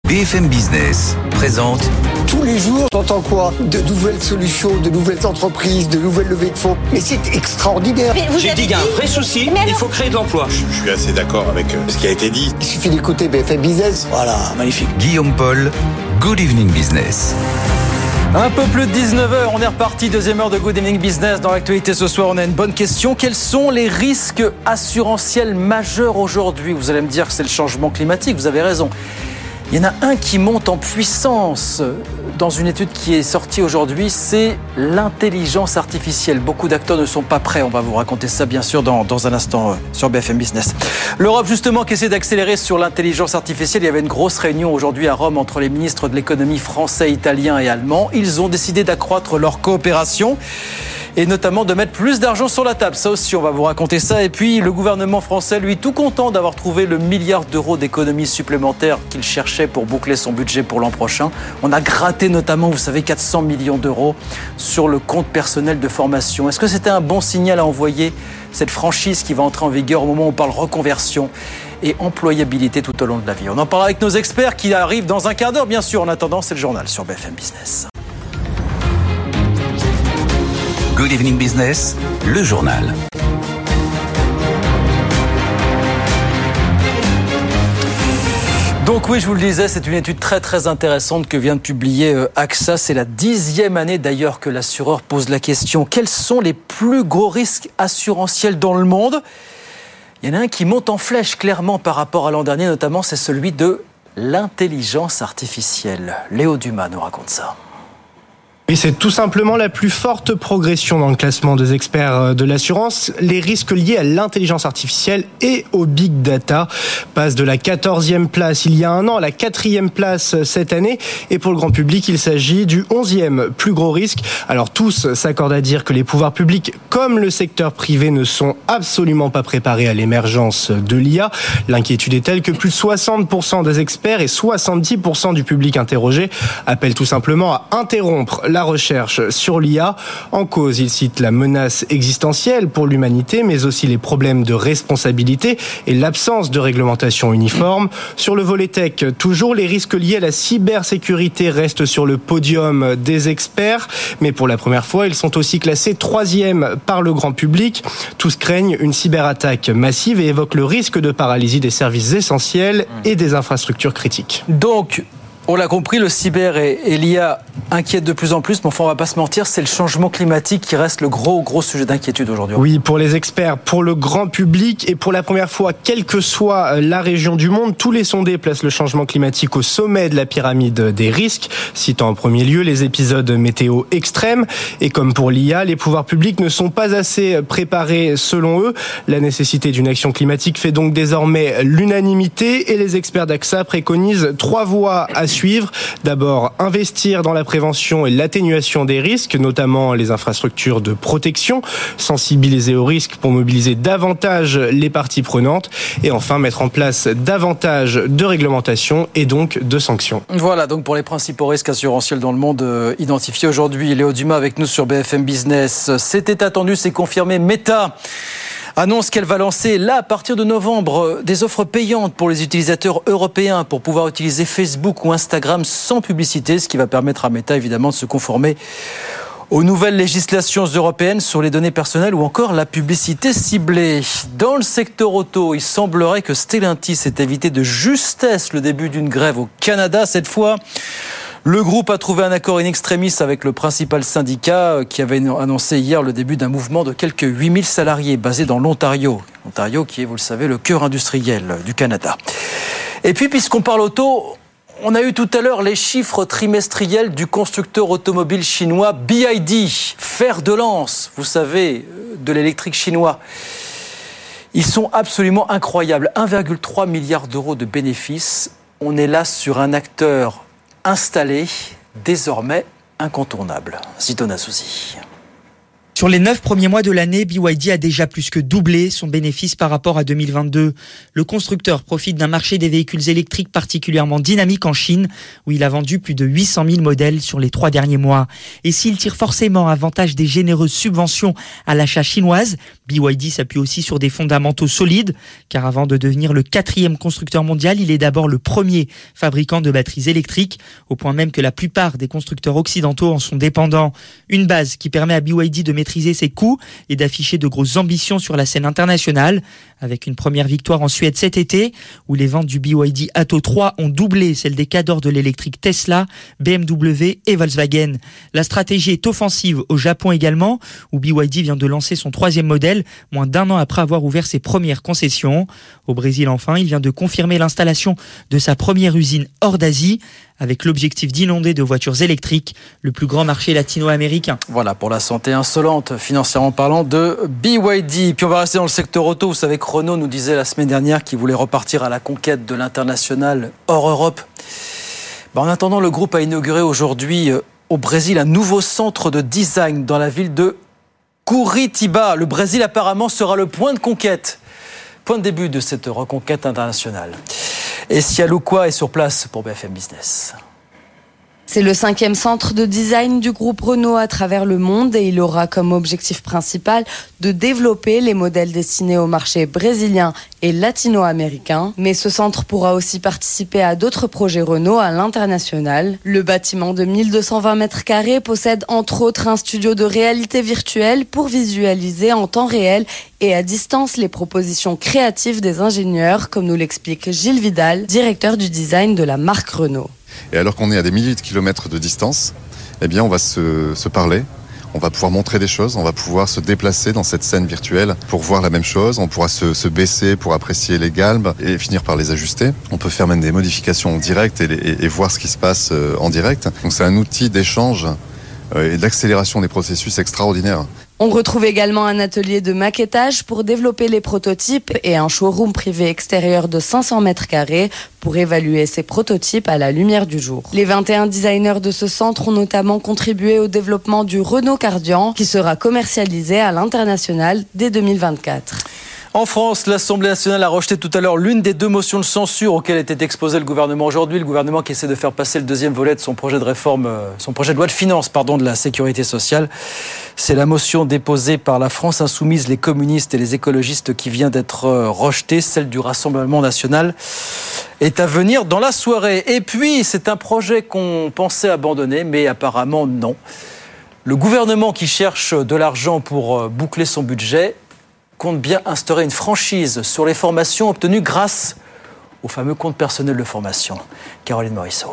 BFM Business présente. Tous les jours, t'entends quoi? De nouvelles solutions, de nouvelles entreprises, de nouvelles levées de fonds. Mais c'est extraordinaire. J'ai dit qu'il y a un vrai souci, il faut créer de l'emploi. Je suis assez d'accord avec ce qui a été dit. Il suffit d'écouter BFM Business. Voilà, magnifique. Guillaume Paul, Good Evening Business. Un peu plus de 19h, on est reparti, deuxième heure de Good Evening Business. Dans l'actualité ce soir, on a une bonne question. Quels sont les risques assurantiels majeurs aujourd'hui? Vous allez me dire que c'est le changement climatique, vous avez raison. Il y en a un qui monte en puissance dans une étude qui est sortie aujourd'hui, c'est l'intelligence artificielle. Beaucoup d'acteurs ne sont pas prêts, on va vous raconter ça bien sûr dans un instant sur BFM Business. L'Europe justement qui essaie d'accélérer sur l'intelligence artificielle. Il y avait une grosse réunion aujourd'hui à Rome entre les ministres de l'économie français, italien et allemand. Ils ont décidé d'accroître leur coopération et notamment de mettre plus d'argent sur la table. Ça aussi, on va vous raconter ça. Et puis, le gouvernement français, lui, tout content d'avoir trouvé le milliard d'euros d'économies supplémentaires qu'il cherchait pour boucler son budget pour l'an prochain. On a gratté notamment, vous savez, 400 millions d'euros sur le compte personnel de formation. Est-ce que c'était un bon signal à envoyer, cette franchise qui va entrer en vigueur au moment où on parle reconversion et employabilité tout au long de la vie? On en parlera avec nos experts qui arrivent dans un quart d'heure, bien sûr. En attendant, c'est le journal sur BFM Business. Good Evening Business, le journal. Donc oui, je vous le disais, c'est une étude très très intéressante que vient de publier AXA. C'est la 10e année d'ailleurs que l'assureur pose la question. Quels sont les plus gros risques assurantiels dans le monde? Il y en a un qui monte en flèche clairement par rapport à l'an dernier, notamment c'est celui de l'intelligence artificielle. Léo Dumas nous raconte ça. Et c'est tout simplement la plus forte progression dans le classement des experts de l'assurance. Les risques liés à l'intelligence artificielle et au big data passent de la 14e place il y a un an à la 4e place cette année. Et pour le grand public, il s'agit du 11e plus gros risque. Alors tous s'accordent à dire que les pouvoirs publics comme le secteur privé ne sont absolument pas préparés à l'émergence de l'IA. L'inquiétude est telle que plus de 60% des experts et 70% du public interrogé appellent tout simplement à interrompre la recherche sur l'IA. En cause, il cite la menace existentielle pour l'humanité, mais aussi les problèmes de responsabilité et l'absence de réglementation uniforme. Sur le volet tech, toujours les risques liés à la cybersécurité restent sur le podium des experts, mais pour la première fois, ils sont aussi classés 3e par le grand public. Tous craignent une cyberattaque massive et évoquent le risque de paralysie des services essentiels et des infrastructures critiques. Donc, on l'a compris, le cyber et l'IA inquiètent de plus en plus, mais enfin on ne va pas se mentir, c'est le changement climatique qui reste le gros sujet d'inquiétude aujourd'hui. Oui, pour les experts, pour le grand public et pour la première fois, quelle que soit la région du monde, tous les sondés placent le changement climatique au sommet de la pyramide des risques, citant en premier lieu les épisodes météo extrêmes. Et comme pour l'IA, les pouvoirs publics ne sont pas assez préparés selon eux. La nécessité d'une action climatique fait donc désormais l'unanimité et les experts d'AXA préconisent 3 voies à suivre. D'abord, investir dans la prévention et l'atténuation des risques, notamment les infrastructures de protection, sensibiliser aux risques pour mobiliser davantage les parties prenantes et enfin mettre en place davantage de réglementation et donc de sanctions. Voilà donc pour les principaux risques assurantiels dans le monde identifiés aujourd'hui. Léo Dumas avec nous sur BFM Business. C'était attendu, c'est confirmé. Meta annonce qu'elle va lancer là à partir de novembre des offres payantes pour les utilisateurs européens pour pouvoir utiliser Facebook ou Instagram sans publicité, ce qui va permettre à Meta évidemment de se conformer aux nouvelles législations européennes sur les données personnelles ou encore la publicité ciblée. Dans le secteur auto, il semblerait que Stellantis ait évité de justesse le début d'une grève au Canada. Cette fois, le groupe a trouvé un accord in extremis avec le principal syndicat qui avait annoncé hier le début d'un mouvement de quelques 8000 salariés basé dans l'Ontario. L'Ontario qui est, vous le savez, le cœur industriel du Canada. Et puis, puisqu'on parle auto, on a eu tout à l'heure les chiffres trimestriels du constructeur automobile chinois BYD, fer de lance, vous savez, de l'électrique chinois. Ils sont absolument incroyables. 1,3 milliard d'euros de bénéfices. On est là sur un acteur installé, désormais incontournable. Zidona Souzi. Sur les 9 premiers mois de l'année, BYD a déjà plus que doublé son bénéfice par rapport à 2022. Le constructeur profite d'un marché des véhicules électriques particulièrement dynamique en Chine, où il a vendu plus de 800 000 modèles sur les 3 derniers mois. Et s'il tire forcément avantage des généreuses subventions à l'achat chinoise, BYD s'appuie aussi sur des fondamentaux solides, car avant de devenir le 4e constructeur mondial, il est d'abord le premier fabricant de batteries électriques, au point même que la plupart des constructeurs occidentaux en sont dépendants. Une base qui permet à BYD de maîtriser ses coûts et d'afficher de grosses ambitions sur la scène internationale, avec une première victoire en Suède cet été, où les ventes du BYD Atto 3 ont doublé celles des cadors de l'électrique Tesla, BMW et Volkswagen. La stratégie est offensive au Japon également, où BYD vient de lancer son 3e modèle, moins d'1 an après avoir ouvert ses premières concessions. Au Brésil enfin, il vient de confirmer l'installation de sa première usine hors d'Asie, avec l'objectif d'inonder de voitures électriques le plus grand marché latino-américain. Voilà pour la santé insolente, financièrement parlant, de BYD. Puis on va rester dans le secteur auto. Vous savez que Renault nous disait la semaine dernière qu'il voulait repartir à la conquête de l'international hors Europe. En attendant, le groupe a inauguré aujourd'hui au Brésil un nouveau centre de design dans la ville de Curitiba. Le Brésil apparemment sera le point de conquête, point de début de cette reconquête internationale. Et Sia Loukwa est sur place pour BFM Business. C'est le 5e centre de design du groupe Renault à travers le monde et il aura comme objectif principal de développer les modèles destinés au marché brésilien et latino-américain. Mais ce centre pourra aussi participer à d'autres projets Renault à l'international. Le bâtiment de 1220 mètres carrés possède entre autres un studio de réalité virtuelle pour visualiser en temps réel et à distance les propositions créatives des ingénieurs, comme nous l'explique Gilles Vidal, directeur du design de la marque Renault. Et alors qu'on est à des milliers de kilomètres de distance, eh bien on va se parler, on va pouvoir montrer des choses, on va pouvoir se déplacer dans cette scène virtuelle pour voir la même chose, on pourra se baisser pour apprécier les galbes et finir par les ajuster. On peut faire même des modifications en direct et voir ce qui se passe en direct. Donc c'est un outil d'échange et d'accélération des processus extraordinaire. On retrouve également un atelier de maquettage pour développer les prototypes et un showroom privé extérieur de 500 mètres carrés pour évaluer ces prototypes à la lumière du jour. Les 21 designers de ce centre ont notamment contribué au développement du Renault Cardian qui sera commercialisé à l'international dès 2024. En France, l'Assemblée nationale a rejeté tout à l'heure l'une des 2 motions de censure auxquelles était exposé le gouvernement aujourd'hui. Le gouvernement qui essaie de faire passer le 2e volet de son projet de réforme, son projet de loi de finances, de la sécurité sociale. C'est la motion déposée par la France Insoumise, les communistes et les écologistes qui vient d'être rejetée. Celle du Rassemblement national est à venir dans la soirée. Et puis, c'est un projet qu'on pensait abandonner, mais apparemment non. Le gouvernement qui cherche de l'argent pour boucler son budget compte bien instaurer une franchise sur les formations obtenues grâce au fameux compte personnel de formation. Caroline Morisseau.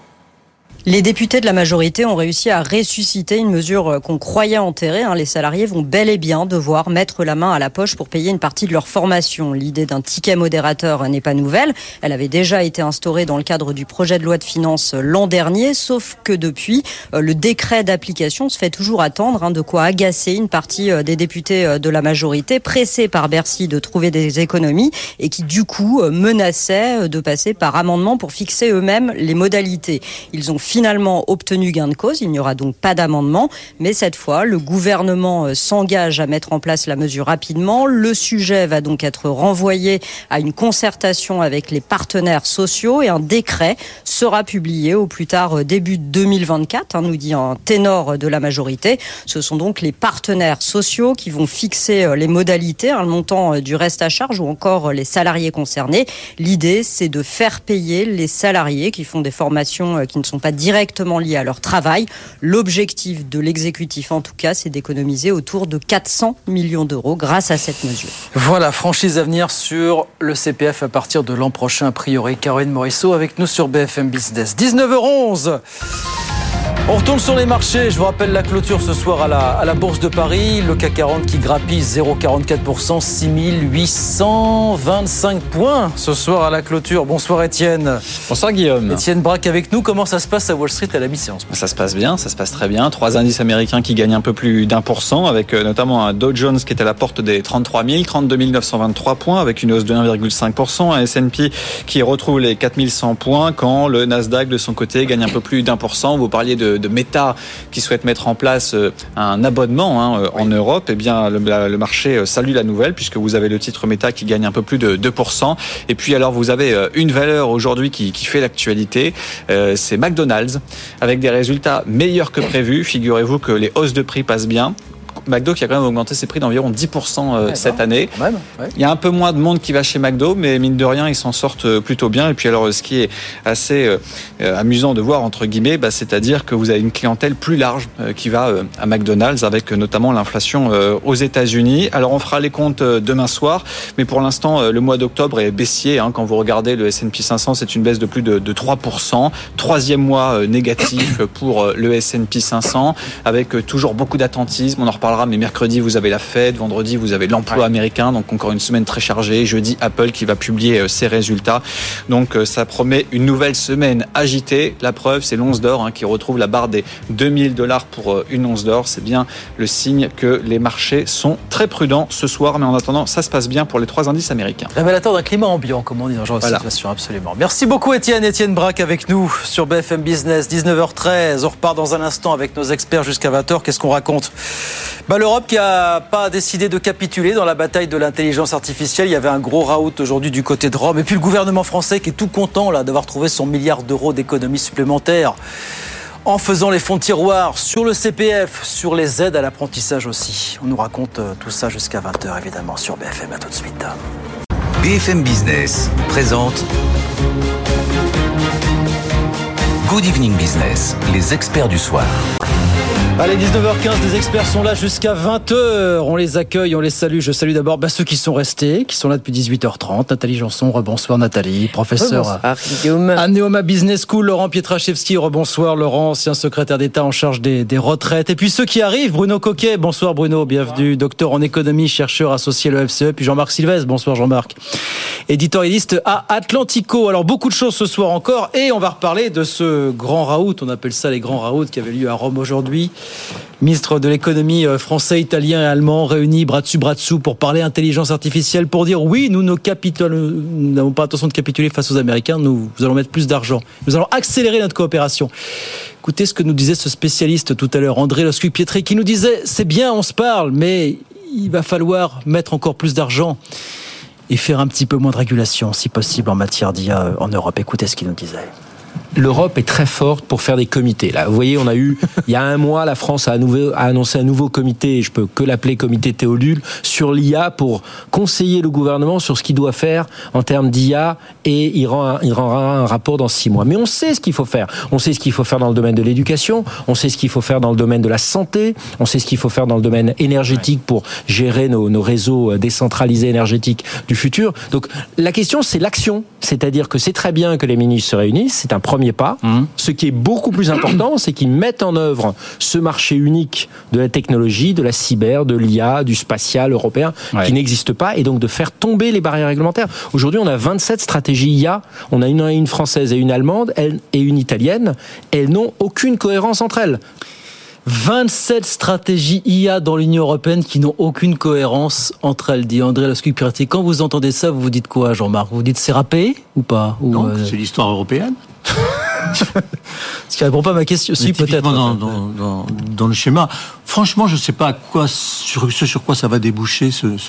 Les députés de la majorité ont réussi à ressusciter une mesure qu'on croyait enterrée. Les salariés vont bel et bien devoir mettre la main à la poche pour payer une partie de leur formation. L'idée d'un ticket modérateur n'est pas nouvelle. Elle avait déjà été instaurée dans le cadre du projet de loi de finances l'an dernier, sauf que depuis, le décret d'application se fait toujours attendre, de quoi agacer une partie des députés de la majorité, pressés par Bercy de trouver des économies et qui du coup menaçaient de passer par amendement pour fixer eux-mêmes les modalités. Ils ont finalement obtenu gain de cause, il n'y aura donc pas d'amendement, mais cette fois, le gouvernement s'engage à mettre en place la mesure rapidement. Le sujet va donc être renvoyé à une concertation avec les partenaires sociaux et un décret sera publié au plus tard début 2024, nous dit un ténor de la majorité. Ce sont donc les partenaires sociaux qui vont fixer les modalités, le montant du reste à charge ou encore les salariés concernés. L'idée, c'est de faire payer les salariés qui font des formations qui ne sont pas directement liés à leur travail. L'objectif de l'exécutif, en tout cas, c'est d'économiser autour de 400 millions d'euros grâce à cette mesure. Voilà, franchise à venir sur le CPF à partir de l'an prochain, a priori. Caroline Morisseau avec nous sur BFM Business. 19h11. On retourne sur les marchés. Je vous rappelle la clôture ce soir à la Bourse de Paris. Le CAC 40 qui grappille 0,44%, 6825 points ce soir à la clôture. Bonsoir Étienne. Bonsoir Guillaume. Étienne Braque avec nous. Comment ça se passe à Wall Street à la mi-séance ? Ça se passe bien, ça se passe très bien. 3 indices américains qui gagnent un peu plus d'1%, avec notamment un Dow Jones qui est à la porte des 33 923 points, avec une hausse de 1,5%. Un S&P qui retrouve les 4100 points, quand le Nasdaq de son côté gagne un peu plus d'1%. Vous parliez de Meta qui souhaite mettre en place un abonnement en Europe. Eh bien, le marché salue la nouvelle, puisque vous avez le titre Meta qui gagne un peu plus de 2%. Et puis alors, vous avez une valeur aujourd'hui qui fait l'actualité, c'est McDonald's, avec des résultats meilleurs que prévus. Figurez-vous que les hausses de prix passent bien. McDo qui a quand même augmenté ses prix d'environ 10% cette année. Quand même, Il y a un peu moins de monde qui va chez McDo, mais mine de rien, ils s'en sortent plutôt bien. Et puis alors, ce qui est assez amusant de voir, entre guillemets, c'est-à-dire que vous avez une clientèle plus large qui va à McDonald's, avec notamment l'inflation aux États-Unis. Alors, on fera les comptes demain soir, mais pour l'instant, le mois d'octobre est baissier. Quand vous regardez le S&P 500, c'est une baisse de plus de 3%. Troisième mois négatif pour le S&P 500, avec toujours beaucoup d'attentisme. On en reparlera, mais mercredi, vous avez la Fed. Vendredi, vous avez l'emploi américain. Donc, encore une semaine très chargée. Jeudi, Apple qui va publier ses résultats. Donc, ça promet une nouvelle semaine agitée. La preuve, c'est l'once d'or qui retrouve la barre des $2000 pour une once d'or. C'est bien le signe que les marchés sont très prudents ce soir. Mais en attendant, ça se passe bien pour les 3 indices américains. Révélateur d'un climat ambiant, comme on dit dans ce genre de situation, absolument. Merci beaucoup Étienne Braque avec nous sur BFM Business, 19h13. On repart dans un instant avec nos experts jusqu'à 20h. Qu'est-ce qu'on raconte ? L'Europe qui n'a pas décidé de capituler dans la bataille de l'intelligence artificielle. Il y avait un gros raout aujourd'hui du côté de Rome. Et puis le gouvernement français qui est tout content là, d'avoir trouvé son milliard d'euros d'économies supplémentaires en faisant les fonds de tiroir sur le CPF, sur les aides à l'apprentissage aussi. On nous raconte tout ça jusqu'à 20h évidemment sur BFM. À tout de suite. BFM Business présente Good Evening Business, les experts du soir. Allez, 19h15, les experts sont là jusqu'à 20h. On les accueille, on les salue. Je salue d'abord ceux qui sont restés, qui sont là depuis 18h30. Nathalie Janson, rebonsoir Nathalie, professeur à Neoma Business School. Laurent Pietraszewski, rebonsoir Laurent, ancien secrétaire d'État en charge des retraites. Et puis ceux qui arrivent, Bruno Coquet, bonsoir Bruno, bienvenue. Docteur en économie, chercheur associé à l'EFCE. Puis Jean-Marc Sylvestre, bonsoir Jean-Marc. Éditorialiste à Atlantico. Alors beaucoup de choses ce soir encore. Et on va reparler de ce grand raout, on appelle ça les grands raouts qui avaient lieu à Rome aujourd'hui. Ministre de l'économie français, italien et allemand réunis bras dessous pour parler intelligence artificielle, pour dire oui, nous n'avons pas intention de capituler face aux Américains, nous allons mettre plus d'argent, nous allons accélérer notre coopération. Écoutez ce que nous disait ce spécialiste tout à l'heure, André Loscup-Pietri, qui nous disait c'est bien, on se parle, mais il va falloir mettre encore plus d'argent et faire un petit peu moins de régulation, si possible, en matière d'IA en Europe. Écoutez ce qu'il nous disait. L'Europe est très forte pour faire des comités. Là, vous voyez, on a eu, il y a un mois, la France a annoncé un nouveau comité, je peux que l'appeler comité Théodule, sur l'IA pour conseiller le gouvernement sur ce qu'il doit faire en termes d'IA, et il rendra un rapport dans 6 mois. Mais on sait ce qu'il faut faire. On sait ce qu'il faut faire dans le domaine de l'éducation, on sait ce qu'il faut faire dans le domaine de la santé, on sait ce qu'il faut faire dans le domaine énergétique pour gérer nos réseaux décentralisés énergétiques du futur. Donc, la question, c'est l'action. C'est-à-dire que c'est très bien que les ministres se réunissent, c'est un premier pas. Ce qui est beaucoup plus important, c'est qu'ils mettent en œuvre ce marché unique de la technologie, de la cyber, de l'IA, du spatial européen, qui n'existe pas, et donc de faire tomber les barrières réglementaires. Aujourd'hui, on a 27 stratégies IA, on a une française et une allemande, et une italienne, elles n'ont aucune cohérence entre elles. 27 stratégies IA dans l'Union européenne qui n'ont aucune cohérence entre elles, dit André Loscup-Pietri. Quand vous entendez ça, vous dites quoi, Jean-Marc ? Vous dites c'est râpé ou pas ? Non, c'est l'histoire européenne. Ce qui répond pas à ma question. Si, peut-être. Dans le schéma. Franchement, je ne sais pas sur quoi ça va déboucher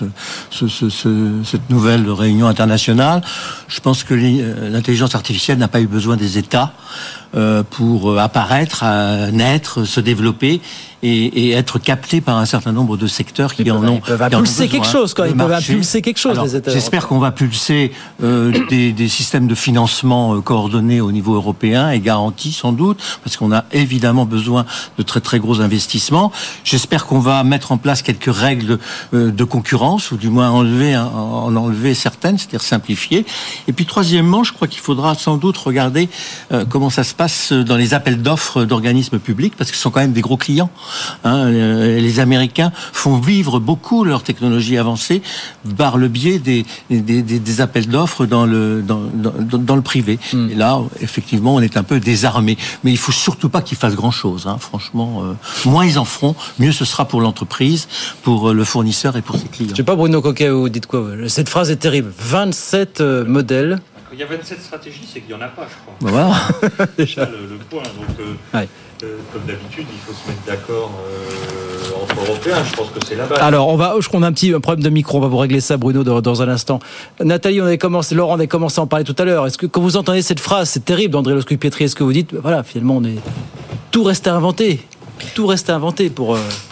cette nouvelle réunion internationale. Je pense que l'intelligence artificielle n'a pas eu besoin des États pour apparaître, naître, se développer et être capté par un certain nombre de secteurs qui en ont. Ils peuvent impulser quelque chose, quand ils peuvent impulser quelque chose. Alors, les États. J'espère qu'on va pulser des systèmes de financement coordonnés au niveau européen et garantis sans doute, parce qu'on a évidemment besoin de très très gros investissements. J'espère qu'on va mettre en place quelques règles de concurrence, ou du moins en enlever certaines, c'est-à-dire simplifier. Et puis troisièmement, je crois qu'il faudra sans doute regarder comment ça se passe dans les appels d'offres d'organismes publics, parce que ce sont quand même des gros clients. Les Américains font vivre beaucoup leur technologie avancée par le biais des appels d'offres dans le privé. Et là, effectivement, on est un peu désarmé. Mais il faut surtout pas qu'ils fassent grand-chose. Franchement, moins ils en feront, mieux ce sera pour l'entreprise, pour le fournisseur et pour ses clients. Je sais pas, Bruno Coquet, vous dites quoi ? Cette phrase est terrible. 27 modèles. Il y a 27 stratégies, c'est qu'il n'y en a pas, je crois. Voilà. C'est ça le point. Donc, comme d'habitude, il faut se mettre d'accord entre Européens. Je pense que c'est la base. Alors, on a un petit problème de micro. On va vous régler ça, Bruno, dans un instant. Nathalie, Laurent, on a commencé à en parler tout à l'heure. Est-ce que quand vous entendez cette phrase, c'est terrible d'André Loscup-Pietri, est-ce que vous dites, voilà, finalement, tout reste à inventer. Tout reste à inventer pour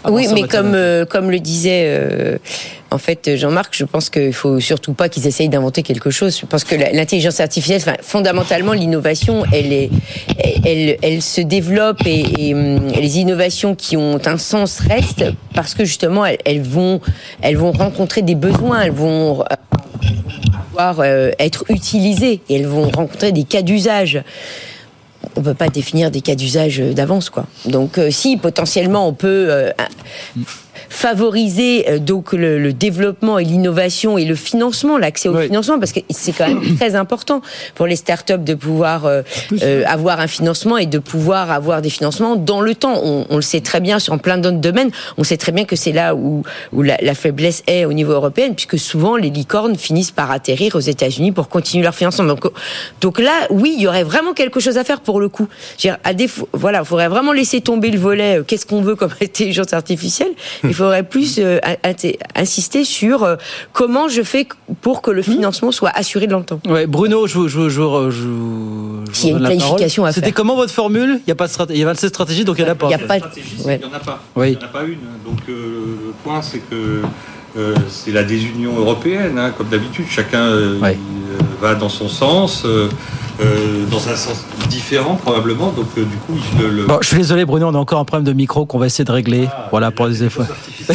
Oui, mais comme le disait en fait Jean-Marc, je pense qu'il faut surtout pas qu'ils essayent d'inventer quelque chose. Je pense que l'intelligence artificielle, fondamentalement, l'innovation, elle se développe et les innovations qui ont un sens restent parce que justement elles vont rencontrer des besoins, elles vont pouvoir être utilisées et elles vont rencontrer des cas d'usage. On peut pas définir des cas d'usage d'avance, quoi. Donc, si potentiellement on peut favoriser donc le développement et l'innovation et le financement, l'accès au financement, parce que c'est quand même très important pour les startups de pouvoir avoir un financement et de pouvoir avoir des financements dans le temps. On le sait très bien sur plein d'autres domaines. On sait très bien que c'est là où la faiblesse est au niveau européen, puisque souvent les licornes finissent par atterrir aux États-Unis pour continuer leur financement. Donc là, oui, il y aurait vraiment quelque chose à faire pour le coup. À défaut, voilà, il faudrait vraiment laisser tomber le volet. Qu'est-ce qu'on veut comme intelligence artificielle ? Il faudrait plus insister sur comment je fais pour que le financement soit assuré dans le temps. Ouais, Bruno, s'il y a une planification à faire. C'était comment votre formule ? Il y a pas de stratégie. Il y a 27 stratégies, donc il n'y en a pas. Il n'y en a pas. Oui. Il n'y en a pas une. Donc le point, c'est que c'est la désunion européenne, hein, comme d'habitude. Chacun va dans son sens. Dans un sens différent probablement, donc du coup Bon, je suis désolé Bruno, on a encore un problème de micro qu'on va essayer de régler, voilà, pour les efforts.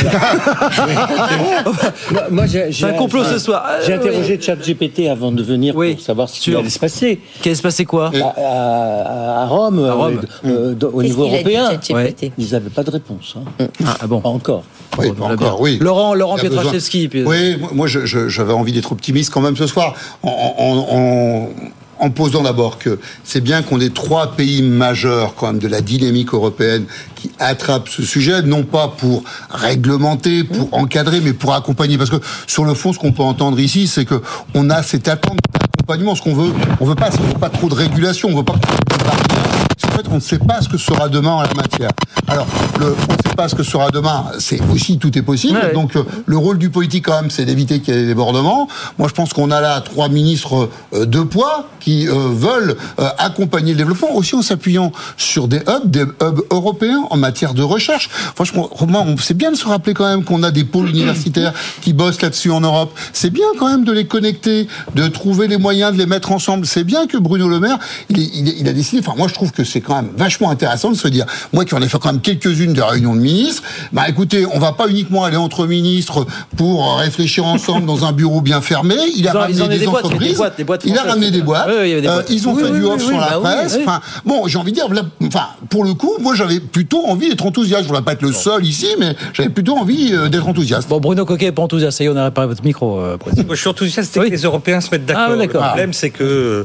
Moi, c'est un complot ce soir. J'ai interrogé ChatGPT avant de venir pour savoir ce qui allait se passer. Qu'est-ce qui se passait quoi à Rome, au niveau européen. Ils n'avaient pas de réponse. Hein. Ah bon. Pas encore. Oui, pas encore, oui. Laurent Pietraszewski. Oui, moi j'avais envie d'être optimiste quand même ce soir. En posant d'abord que c'est bien qu'on ait 3 pays majeurs quand même de la dynamique européenne qui attrapent ce sujet, non pas pour réglementer, pour encadrer, mais pour accompagner. Parce que sur le fond, ce qu'on peut entendre ici, c'est que on a cette attente d'accompagnement. Ce qu'on veut, on veut pas trop de régulation, on veut pas en fait, on ne sait pas ce que sera demain en la matière. Alors, on ne sait pas ce que sera demain, c'est aussi, tout est possible. Ouais. Donc, le rôle du politique, quand même, c'est d'éviter qu'il y ait des débordements. Moi, je pense qu'on a là 3 ministres de poids qui veulent accompagner le développement, aussi en s'appuyant sur des hubs européens en matière de recherche. Franchement, c'est bien de se rappeler quand même qu'on a des pôles universitaires qui bossent là-dessus en Europe. C'est bien quand même de les connecter, de trouver les moyens de les mettre ensemble. C'est bien que Bruno Le Maire, il a décidé, enfin, moi, je trouve que c'est quand même vachement intéressant de se dire, moi qui en ai fait quand même quelques-unes de réunions de ministres, bah écoutez, on va pas uniquement aller entre ministres pour réfléchir ensemble dans un bureau bien fermé. Il a ramené des entreprises, il a ramené des boîtes, ils ont fait du off sur la presse. Enfin, bon, j'ai envie de dire, pour le coup, moi j'avais plutôt envie d'être enthousiaste. Je voudrais pas être le seul ici, mais j'avais plutôt envie d'être enthousiaste. Bon, Bruno Coquet n'est pas enthousiaste. Ça y est, on a réparé votre micro. Moi, je suis enthousiaste, c'est que les Européens se mettent d'accord. Le problème, c'est que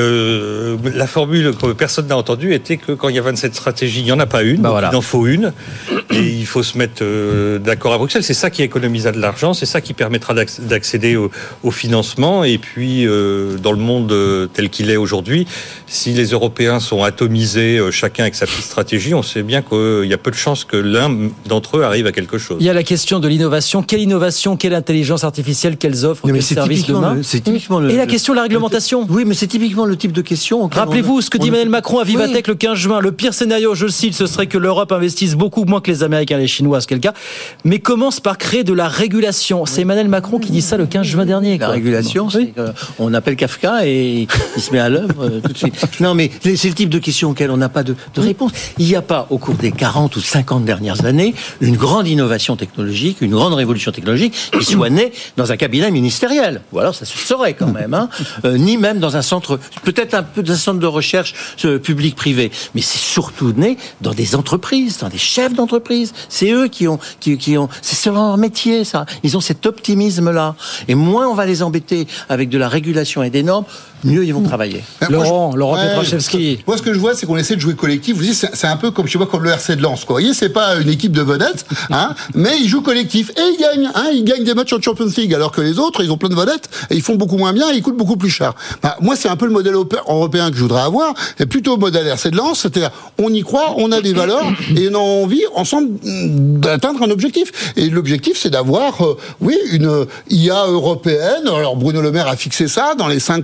la formule que personne n'a entendue était que quand il y a 27 stratégies, il n'y en a pas une, il en faut une, et il faut se mettre d'accord à Bruxelles. C'est ça qui économisera de l'argent, c'est ça qui permettra d'accéder au financement, et puis dans le monde tel qu'il est aujourd'hui, si les Européens sont atomisés, chacun avec sa petite stratégie, on sait bien qu'il y a peu de chances que l'un d'entre eux arrive à quelque chose. Il y a la question de l'innovation. Quelle innovation, quelle intelligence artificielle, quelles offres, quels services demain. Et la question de la réglementation. Oui, mais c'est typiquement le type de question. Rappelez-vous ce que dit Emmanuel Macron à Vivatech le 15 juin. Le pire scénario, je le cite, ce serait que l'Europe investisse beaucoup moins que les Américains et les Chinois, ce qui est le cas, mais commence par créer de la régulation. C'est Emmanuel Macron qui dit ça le 15 juin dernier. La régulation, c'est on appelle Kafka et il se met à l'œuvre tout de suite. Non, mais c'est le type de question auquel on n'a pas de réponse. Il n'y a pas, au cours des 40 ou 50 dernières années, une grande innovation technologique, une grande révolution technologique qui soit née dans un cabinet ministériel. Ou alors ça se saurait quand même, hein. Ni même dans un centre, peut-être un peu dans un centre de recherche public-privé. Mais c'est surtout né dans des entreprises, dans des chefs d'entreprise. C'est eux qui ont, c'est leur métier, ça. Ils ont cet optimisme-là. Et moins on va les embêter avec de la régulation et des normes, mieux ils vont travailler. Laurent Pietraszewski. Moi, ce que je vois, c'est qu'on essaie de jouer collectif. Vous dites, c'est un peu comme, je sais pas, comme le RC de Lens, quoi. Vous voyez, c'est pas une équipe de vedettes, hein, mais ils jouent collectif. Et ils gagnent, hein, ils gagnent des matchs en Champions League, alors que les autres, ils ont plein de vedettes, et ils font beaucoup moins bien, et ils coûtent beaucoup plus cher. Moi, c'est un peu le modèle européen que je voudrais avoir, et plutôt le modèle RC de Lens, c'est-à-dire, on y croit, on a des valeurs, et on a envie, ensemble, d'atteindre un objectif. Et l'objectif, c'est d'avoir, une IA européenne. Alors, Bruno Le Maire a fixé ça dans les 5 ans.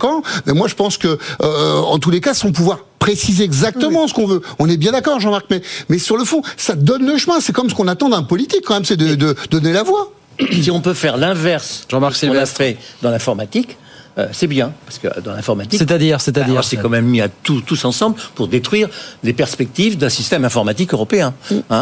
Mais moi, je pense que, en tous les cas, son pouvoir préciser exactement ce qu'on veut. On est bien d'accord, Jean-Marc, mais sur le fond, ça donne le chemin. C'est comme ce qu'on attend d'un politique, quand même, c'est de donner la voix. Si on peut faire l'inverse de ce qu'on a fait dans l'informatique, c'est bien, parce que dans l'informatique... C'est-à-dire alors, c'est quand même mis à tous ensemble pour détruire les perspectives d'un système informatique européen.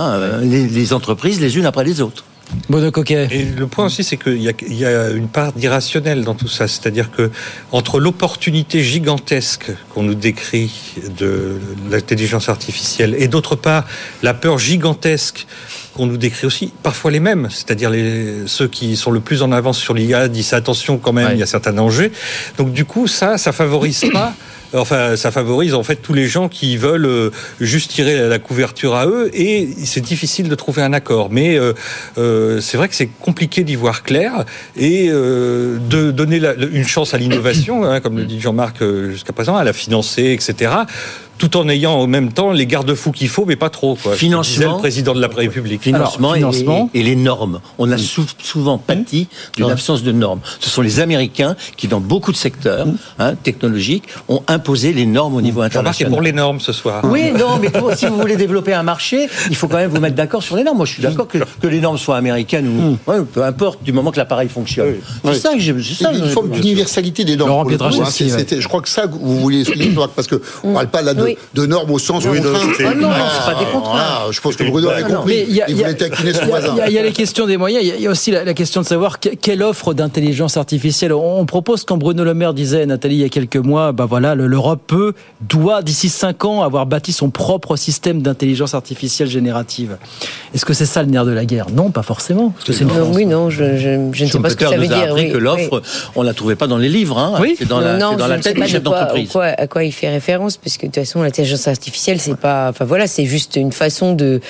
Les entreprises, les unes après les autres. Bono Coquet. Et le point aussi, c'est qu'il y a une part d'irrationnel dans tout ça. C'est-à-dire que entre l'opportunité gigantesque qu'on nous décrit de l'intelligence artificielle et d'autre part la peur gigantesque qu'on nous décrit aussi, parfois les mêmes, c'est-à-dire ceux qui sont le plus en avance sur l'IA disent attention quand même, il y a certains dangers. Donc du coup, ça favorise pas. Enfin, ça favorise en fait tous les gens qui veulent juste tirer la couverture à eux, et c'est difficile de trouver un accord. Mais c'est vrai que c'est compliqué d'y voir clair et de donner une chance à l'innovation, comme le dit Jean-Marc jusqu'à présent, à la financer, etc. Tout en ayant en même temps les garde-fous qu'il faut, mais pas trop. Financement, disait le président de la République. Financement et les normes. On a souvent pâti d'une absence de normes. Ce sont les Américains qui, dans beaucoup de secteurs technologiques, ont imposé les normes au niveau international. Jean-Marc est pour les normes ce soir. Oui, non, mais si vous voulez développer un marché, il faut quand même vous mettre d'accord sur les normes. Moi, je suis d'accord que les normes soient américaines ou peu importe, du moment que l'appareil fonctionne. C'est ça que une forme d'universalité des normes. Laurent Pietraszewski, je crois que ça que vous vouliez expliquer, parce que on parle pas là de normes au sens contraint. Non, c'est pas des contraints. Je pense que Bruno avait compris. Il voulait taquiner son voisin. Il y a les questions des moyens. Il y a aussi la question de savoir quelle offre d'intelligence artificielle. On propose, quand Bruno Le Maire disait, Nathalie, il y a quelques mois, l'Europe doit d'ici 5 ans avoir bâti son propre système d'intelligence artificielle générative. Est-ce que c'est ça le nerf de la guerre ? Non, pas forcément. Parce que c'est oui, non, je ne sais pas ce que ça veut dire. Que l'offre, on la trouvait pas dans les livres. C'est dans la tête du chef d'entreprise. À quoi il fait référence ? Parce que de toute façon, l'intelligence artificielle, c'est pas, c'est juste une façon de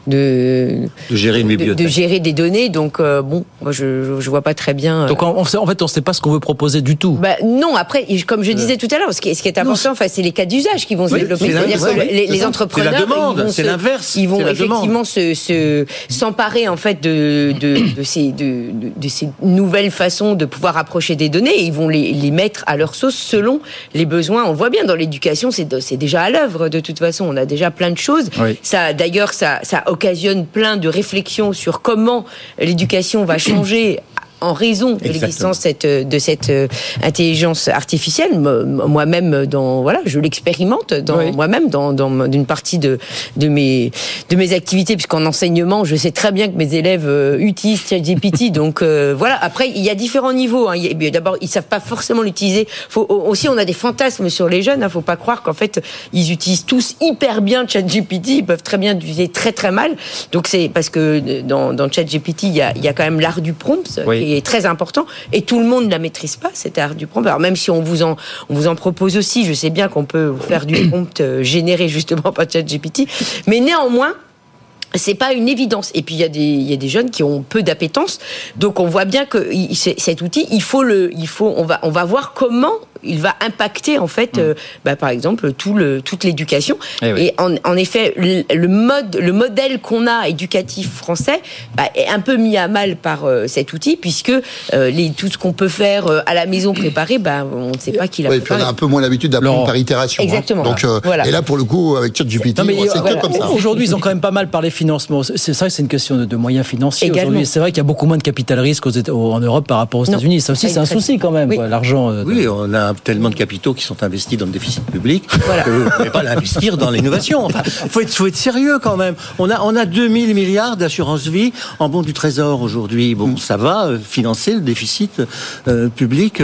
gérer une bibliothèque, de gérer des données. Donc moi je vois pas très bien. Donc en fait, on sait pas ce qu'on veut proposer du tout. Non, après, comme je disais tout à l'heure, ce qui est important, c'est les cas d'usage qui vont se développer. C'est-à-dire que les entrepreneurs, c'est la demande, c'est l'inverse. Ils vont effectivement s'emparer en fait de ces nouvelles façons de pouvoir approcher des données, et ils vont les mettre à leur sauce selon les besoins. On le voit bien dans l'éducation, c'est déjà à l'œuvre de toute façon. On a déjà plein de choses. Oui. Ça occasionne plein de réflexions sur comment l'éducation va changer en raison de l'existence de cette intelligence artificielle. Moi-même, je l'expérimente moi-même dans une partie de mes activités, puisqu'en enseignement, je sais très bien que mes élèves utilisent ChatGPT. Donc Après, il y a différents niveaux. D'abord, ils savent pas forcément l'utiliser. Aussi, on a des fantasmes sur les jeunes. Faut pas croire qu'en fait, ils utilisent tous hyper bien ChatGPT. Ils peuvent très bien l'utiliser très très mal. Donc c'est parce que dans ChatGPT, il y a quand même l'art du prompt. Qui est très important, et tout le monde ne la maîtrise pas, cet art du prompt. Alors même si on vous en propose aussi, je sais bien qu'on peut vous faire du prompt généré justement par ChatGPT, mais néanmoins, c'est pas une évidence. Et puis il y a des jeunes qui ont peu d'appétence, donc on voit bien que cet outil, on va voir comment il va impacter en fait, par exemple, toute l'éducation. Et en effet, le modèle qu'on a éducatif français est un peu mis à mal par cet outil, puisque tout ce qu'on peut faire à la maison préparé, on ne sait pas qui l'a préparé. Et puis on a un peu moins l'habitude d'apprendre par itération. Exactement. Donc, et là, pour le coup, avec ChatGPT, c'est que comme ça. Aujourd'hui, ils ont quand même pas mal parlé financement. C'est vrai que c'est une question de moyens financiers. Aujourd'hui, c'est vrai qu'il y a beaucoup moins de capital risque en Europe par rapport aux États-Unis. Ça aussi, c'est un souci quand même. L'argent. Oui, on a tellement de capitaux qui sont investis dans le déficit public que vous ne pouvez pas l'investir dans l'innovation. Faut être sérieux quand même. On a 2000 milliards d'assurance vie en bons du Trésor aujourd'hui. Ça va financer le déficit public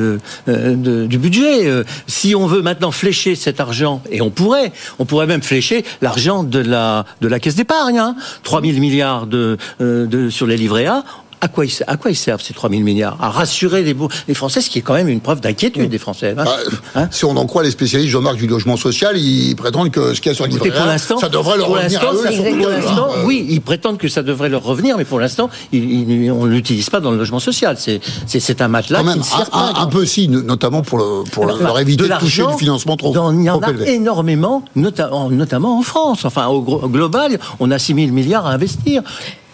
du budget. Si on veut maintenant flécher cet argent, et on pourrait même flécher l'argent de la caisse d'épargne, 3000 milliards sur les livrets A. À quoi ils servent ces 3 000 milliards ? À rassurer les Français, ce qui est quand même une preuve d'inquiétude des Français. Si on en croit les spécialistes, Jean-Marc, du logement social, ils prétendent que ce qu'il y a sur le livret A, ça devrait leur revenir à eux. Oui, ils prétendent que ça devrait leur revenir, mais pour l'instant, on ne l'utilise pas dans le logement social. C'est un matelas qui ne sert pas. Un peu si, notamment pour leur éviter de toucher du financement trop élevé. Il y en a énormément, notamment en France. Au global, on a 6 000 milliards à investir.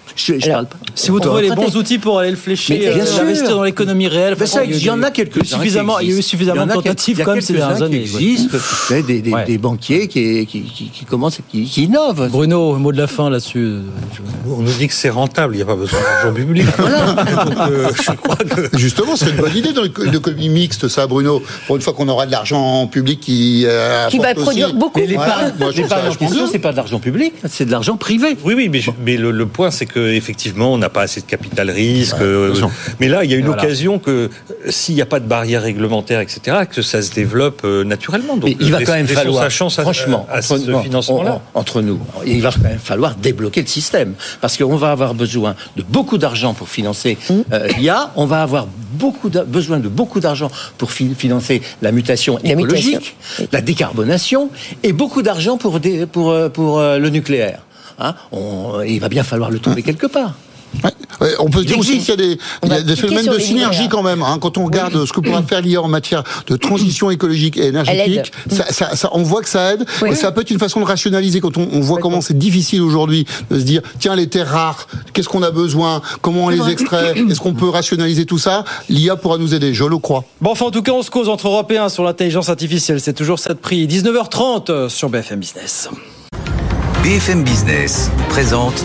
Je parle pas. Si vous trouvez les bons outils pour aller le flécher, investir dans l'économie réelle, il y en a quelques-uns. Il y a eu suffisamment de tentatives comme ces dernières années. Il existe des banquiers qui commencent, qui innovent. Bruno, mot de la fin là-dessus. On nous dit que c'est rentable, il n'y a pas besoin d'argent public. Donc, je crois que... Justement, c'est une bonne idée dans l'économie mixte, ça, Bruno. Pour une fois qu'on aura de l'argent public qui va produire beaucoup. L'épargne en question, c'est pas de l'argent public, c'est de l'argent privé. Oui, mais le point, c'est qu'effectivement, on n'a pas assez de capital risque. Mais là, il y a une occasion que, s'il n'y a pas de barrières réglementaires, etc., que ça se développe naturellement. Donc, il va quand même falloir, franchement, à ce financement-là. Entre nous, il va quand même falloir débloquer le système. Parce qu'on va avoir besoin de beaucoup d'argent pour financer l'IA, on va avoir besoin de beaucoup d'argent pour financer la mutation écologique, la décarbonation, et beaucoup d'argent pour le nucléaire. Il va bien falloir le trouver quelque part. Ouais, on peut dire aussi qu'il y a des phénomènes de synergie quand même. Quand on regarde ce que pourra faire l'IA en matière de transition écologique et énergétique, on voit que ça aide. Et ça peut être une façon de rationaliser quand on voit comment c'est difficile aujourd'hui de se dire tiens, les terres rares, qu'est-ce qu'on a besoin, comment on les extrait, est-ce qu'on peut rationaliser tout ça? L'IA pourra nous aider, je le crois. Bon, enfin, en tout cas, on se cause entre Européens sur l'intelligence artificielle. C'est toujours ça de prix. 19h30 sur BFM Business. BFM Business présente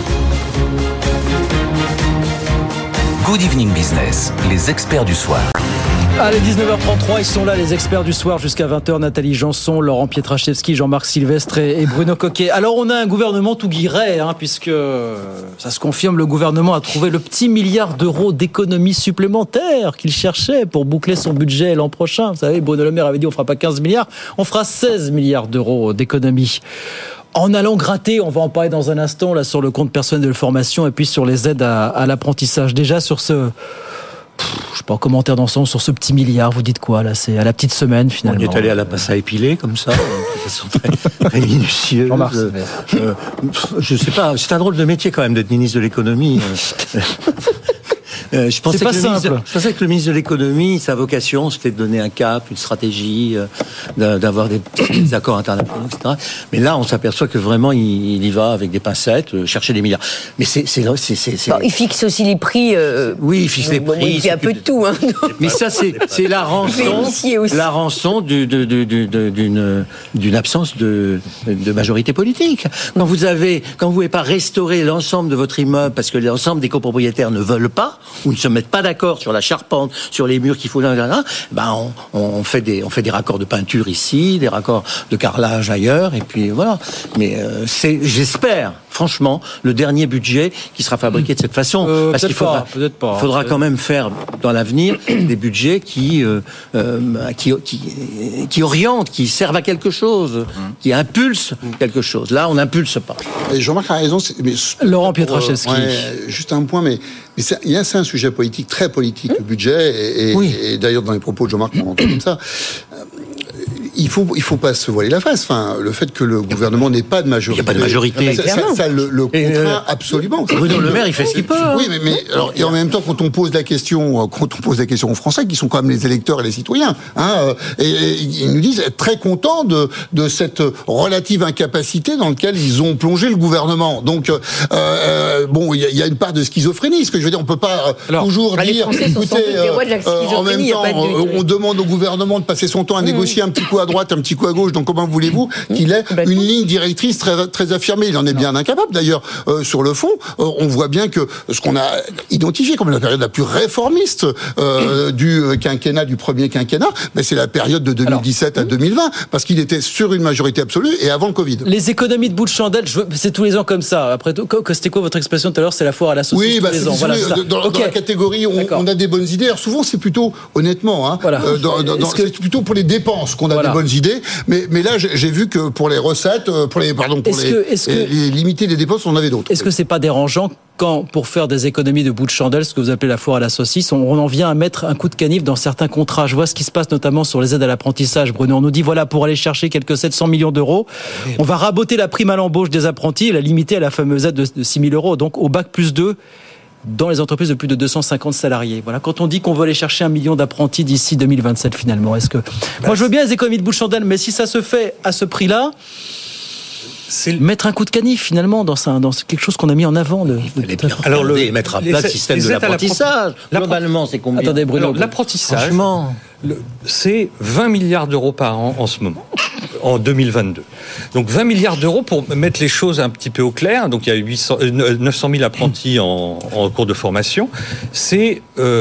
Good Evening Business, les experts du soir. Allez, 19h33, ils sont là, les experts du soir, jusqu'à 20h. Nathalie Janson, Laurent Pietraszewski, Jean-Marc Sylvestre et Bruno Coquet. Alors, on a un gouvernement tout guiré, puisque ça se confirme, le gouvernement a trouvé le petit milliard d'euros d'économies supplémentaires qu'il cherchait pour boucler son budget l'an prochain. Vous savez, Bruno Le Maire avait dit on fera pas 15 milliards, on fera 16 milliards d'euros d'économies. En allant gratter, on va en parler dans un instant, là, sur le compte personnel de formation et puis sur les aides à l'apprentissage. Déjà, sur ce... je sais pas, en commentaire d'ensemble sur ce petit milliard, vous dites quoi là? C'est à la petite semaine finalement. On est allé à la passe à épiler comme ça, de façon très minutieuse. Je sais pas, c'est un drôle de métier quand même d'être ministre de l'économie. Je pensais que le ministre de l'économie, sa vocation, c'était de donner un cap, une stratégie, d'avoir des accords internationaux, etc. Mais là, on s'aperçoit que vraiment, il y va avec des pincettes, chercher des milliards. Mais Bon, il fixe aussi les prix. Oui, il fixe les prix. Il fait un peu de tout. Mais ça, c'est la rançon d'une absence de majorité politique. Quand vous pouvez pas restaurer l'ensemble de votre immeuble parce que l'ensemble des copropriétaires ne veulent pas, ou ne se mettent pas d'accord sur la charpente, sur les murs qu'il faut, on fait des raccords de peinture ici, des raccords de carrelage ailleurs, et puis voilà. Mais j'espère, franchement, le dernier budget qui sera fabriqué de cette façon, parce qu'il faudra quand même faire dans l'avenir des budgets qui orientent, qui servent à quelque chose, qui impulsent quelque chose. Là, on n'impulse pas. Et Jean-Marc a raison. Laurent Pietraszewski. Juste un point, mais c'est un sujet politique, très politique, le budget, et d'ailleurs dans les propos de Jean-Marc, on entend comme ça. Il faut pas se voiler la face. Enfin, le fait que le gouvernement n'ait pas de majorité. Il n'y a pas de majorité. Ça le contraint absolument. Bruno Le Maire, il fait ce qu'il peut. Oui, mais alors, et en même temps, quand on pose la question aux Français, qui sont quand même les électeurs et les citoyens, et ils nous disent être très contents de cette relative incapacité dans laquelle ils ont plongé le gouvernement. Donc, il y a une part de schizophrénie. Ce que je veux dire, on peut pas toujours dire, écoutez, en même temps, on demande au gouvernement de passer son temps à négocier un petit coup à droite, un petit coup à gauche. Donc comment voulez-vous qu'il ait une ligne directrice très, très affirmée? Il en est bien incapable. D'ailleurs, sur le fond, on voit bien que ce qu'on a identifié comme la période la plus réformiste du premier quinquennat, c'est la période de 2017 à 2020, parce qu'il était sur une majorité absolue et avant le Covid. Les économies de bout de chandelle, c'est tous les ans comme ça. Après tout, c'était quoi votre expression tout à l'heure? C'est la foire à la saucisse tous les ans. Voilà, dans la catégorie, on a des bonnes idées. Alors souvent, c'est plutôt, honnêtement, c'est plutôt pour les dépenses qu'on a des bonnes idées, mais là j'ai vu que pour les recettes, pour limiter les dépenses, on en avait d'autres. Est-ce que c'est pas dérangeant quand, pour faire des économies de bout de chandelle, ce que vous appelez la foire à la saucisse, on en vient à mettre un coup de canif dans certains contrats? Je vois ce qui se passe notamment sur les aides à l'apprentissage. Bruno, on nous dit voilà, pour aller chercher quelques 700 millions d'euros, on va raboter la prime à l'embauche des apprentis et la limiter à la fameuse aide de 6 000 euros, donc au bac plus 2 dans les entreprises de plus de 250 salariés. Voilà, quand on dit qu'on veut aller chercher 1 million d'apprentis d'ici 2027 finalement, est-ce que... Moi je veux bien les économies de bout de chandelle, mais si ça se fait à ce prix-là... mettre un coup de canif finalement dans quelque chose qu'on a mis en avant. Alors mettre à plat le système de l'apprentissage. Globalement, c'est combien? Attendez, Bruno. L'apprentissage, c'est 20 milliards d'euros par an en ce moment, en 2022. Donc 20 milliards d'euros, pour mettre les choses un petit peu au clair, donc il y a 900 000 apprentis en cours de formation, c'est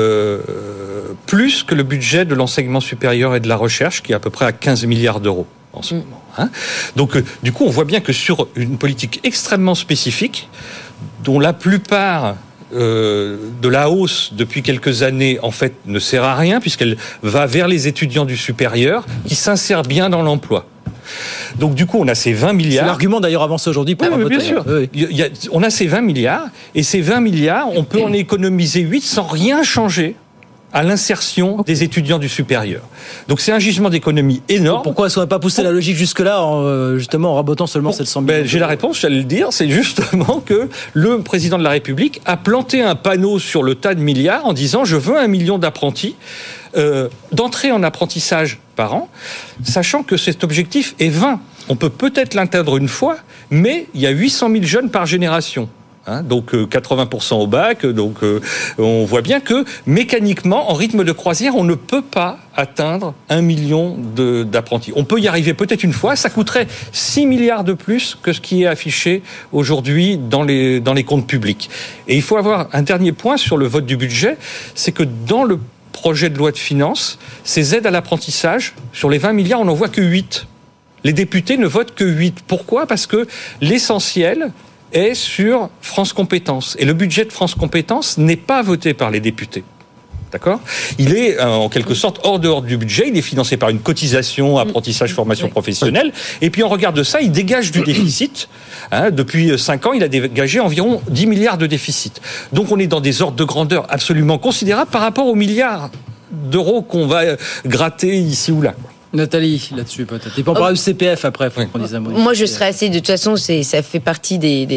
plus que le budget de l'enseignement supérieur et de la recherche, qui est à peu près à 15 milliards d'euros en ce moment. Donc du coup, on voit bien que sur une politique extrêmement spécifique, dont la plupart de la hausse depuis quelques années en fait ne sert à rien, puisqu'elle va vers les étudiants du supérieur qui s'insèrent bien dans l'emploi. Donc du coup, on a ces 20 milliards. C'est l'argument d'ailleurs avancé aujourd'hui pour bien sûr. Oui. On a ces 20 milliards, et ces 20 milliards, on peut en économiser 8 sans rien changer à l'insertion des étudiants du supérieur. Donc c'est un gisement d'économie énorme. Pourquoi est-ce qu'on n'a pas poussé la logique jusque-là, justement en rabotant seulement 700 millions? J'ai la réponse, j'allais le dire, c'est justement que le président de la République a planté un panneau sur le tas de milliards en disant « Je veux 1 million d'apprentis d'entrée en apprentissage par an », sachant que cet objectif est vain. On peut peut-être l'atteindre une fois, mais il y a 800 000 jeunes par génération. Donc 80% au bac, donc on voit bien que mécaniquement, en rythme de croisière, on ne peut pas atteindre 1 million d'apprentis. On peut y arriver peut-être une fois, ça coûterait 6 milliards de plus que ce qui est affiché aujourd'hui dans les comptes publics. Et il faut avoir un dernier point sur le vote du budget, c'est que dans le projet de loi de finances, ces aides à l'apprentissage, sur les 20 milliards, on n'en voit que 8. Les députés ne votent que 8. Pourquoi ? Parce que l'essentiel est sur France Compétences. Et le budget de France Compétences n'est pas voté par les députés. D'accord ? Il est en quelque sorte hors dehors du budget, il est financé par une cotisation, apprentissage, formation professionnelle, et puis on regarde ça, il dégage du déficit. Depuis 5 ans, il a dégagé environ 10 milliards de déficit. Donc on est dans des ordres de grandeur absolument considérables par rapport aux milliards d'euros qu'on va gratter ici ou là. Nathalie, là-dessus peut-être. Et puis on parlera du CPF après, faut qu'on dise un mot. Moi, je serais assez. De toute façon, ça fait partie de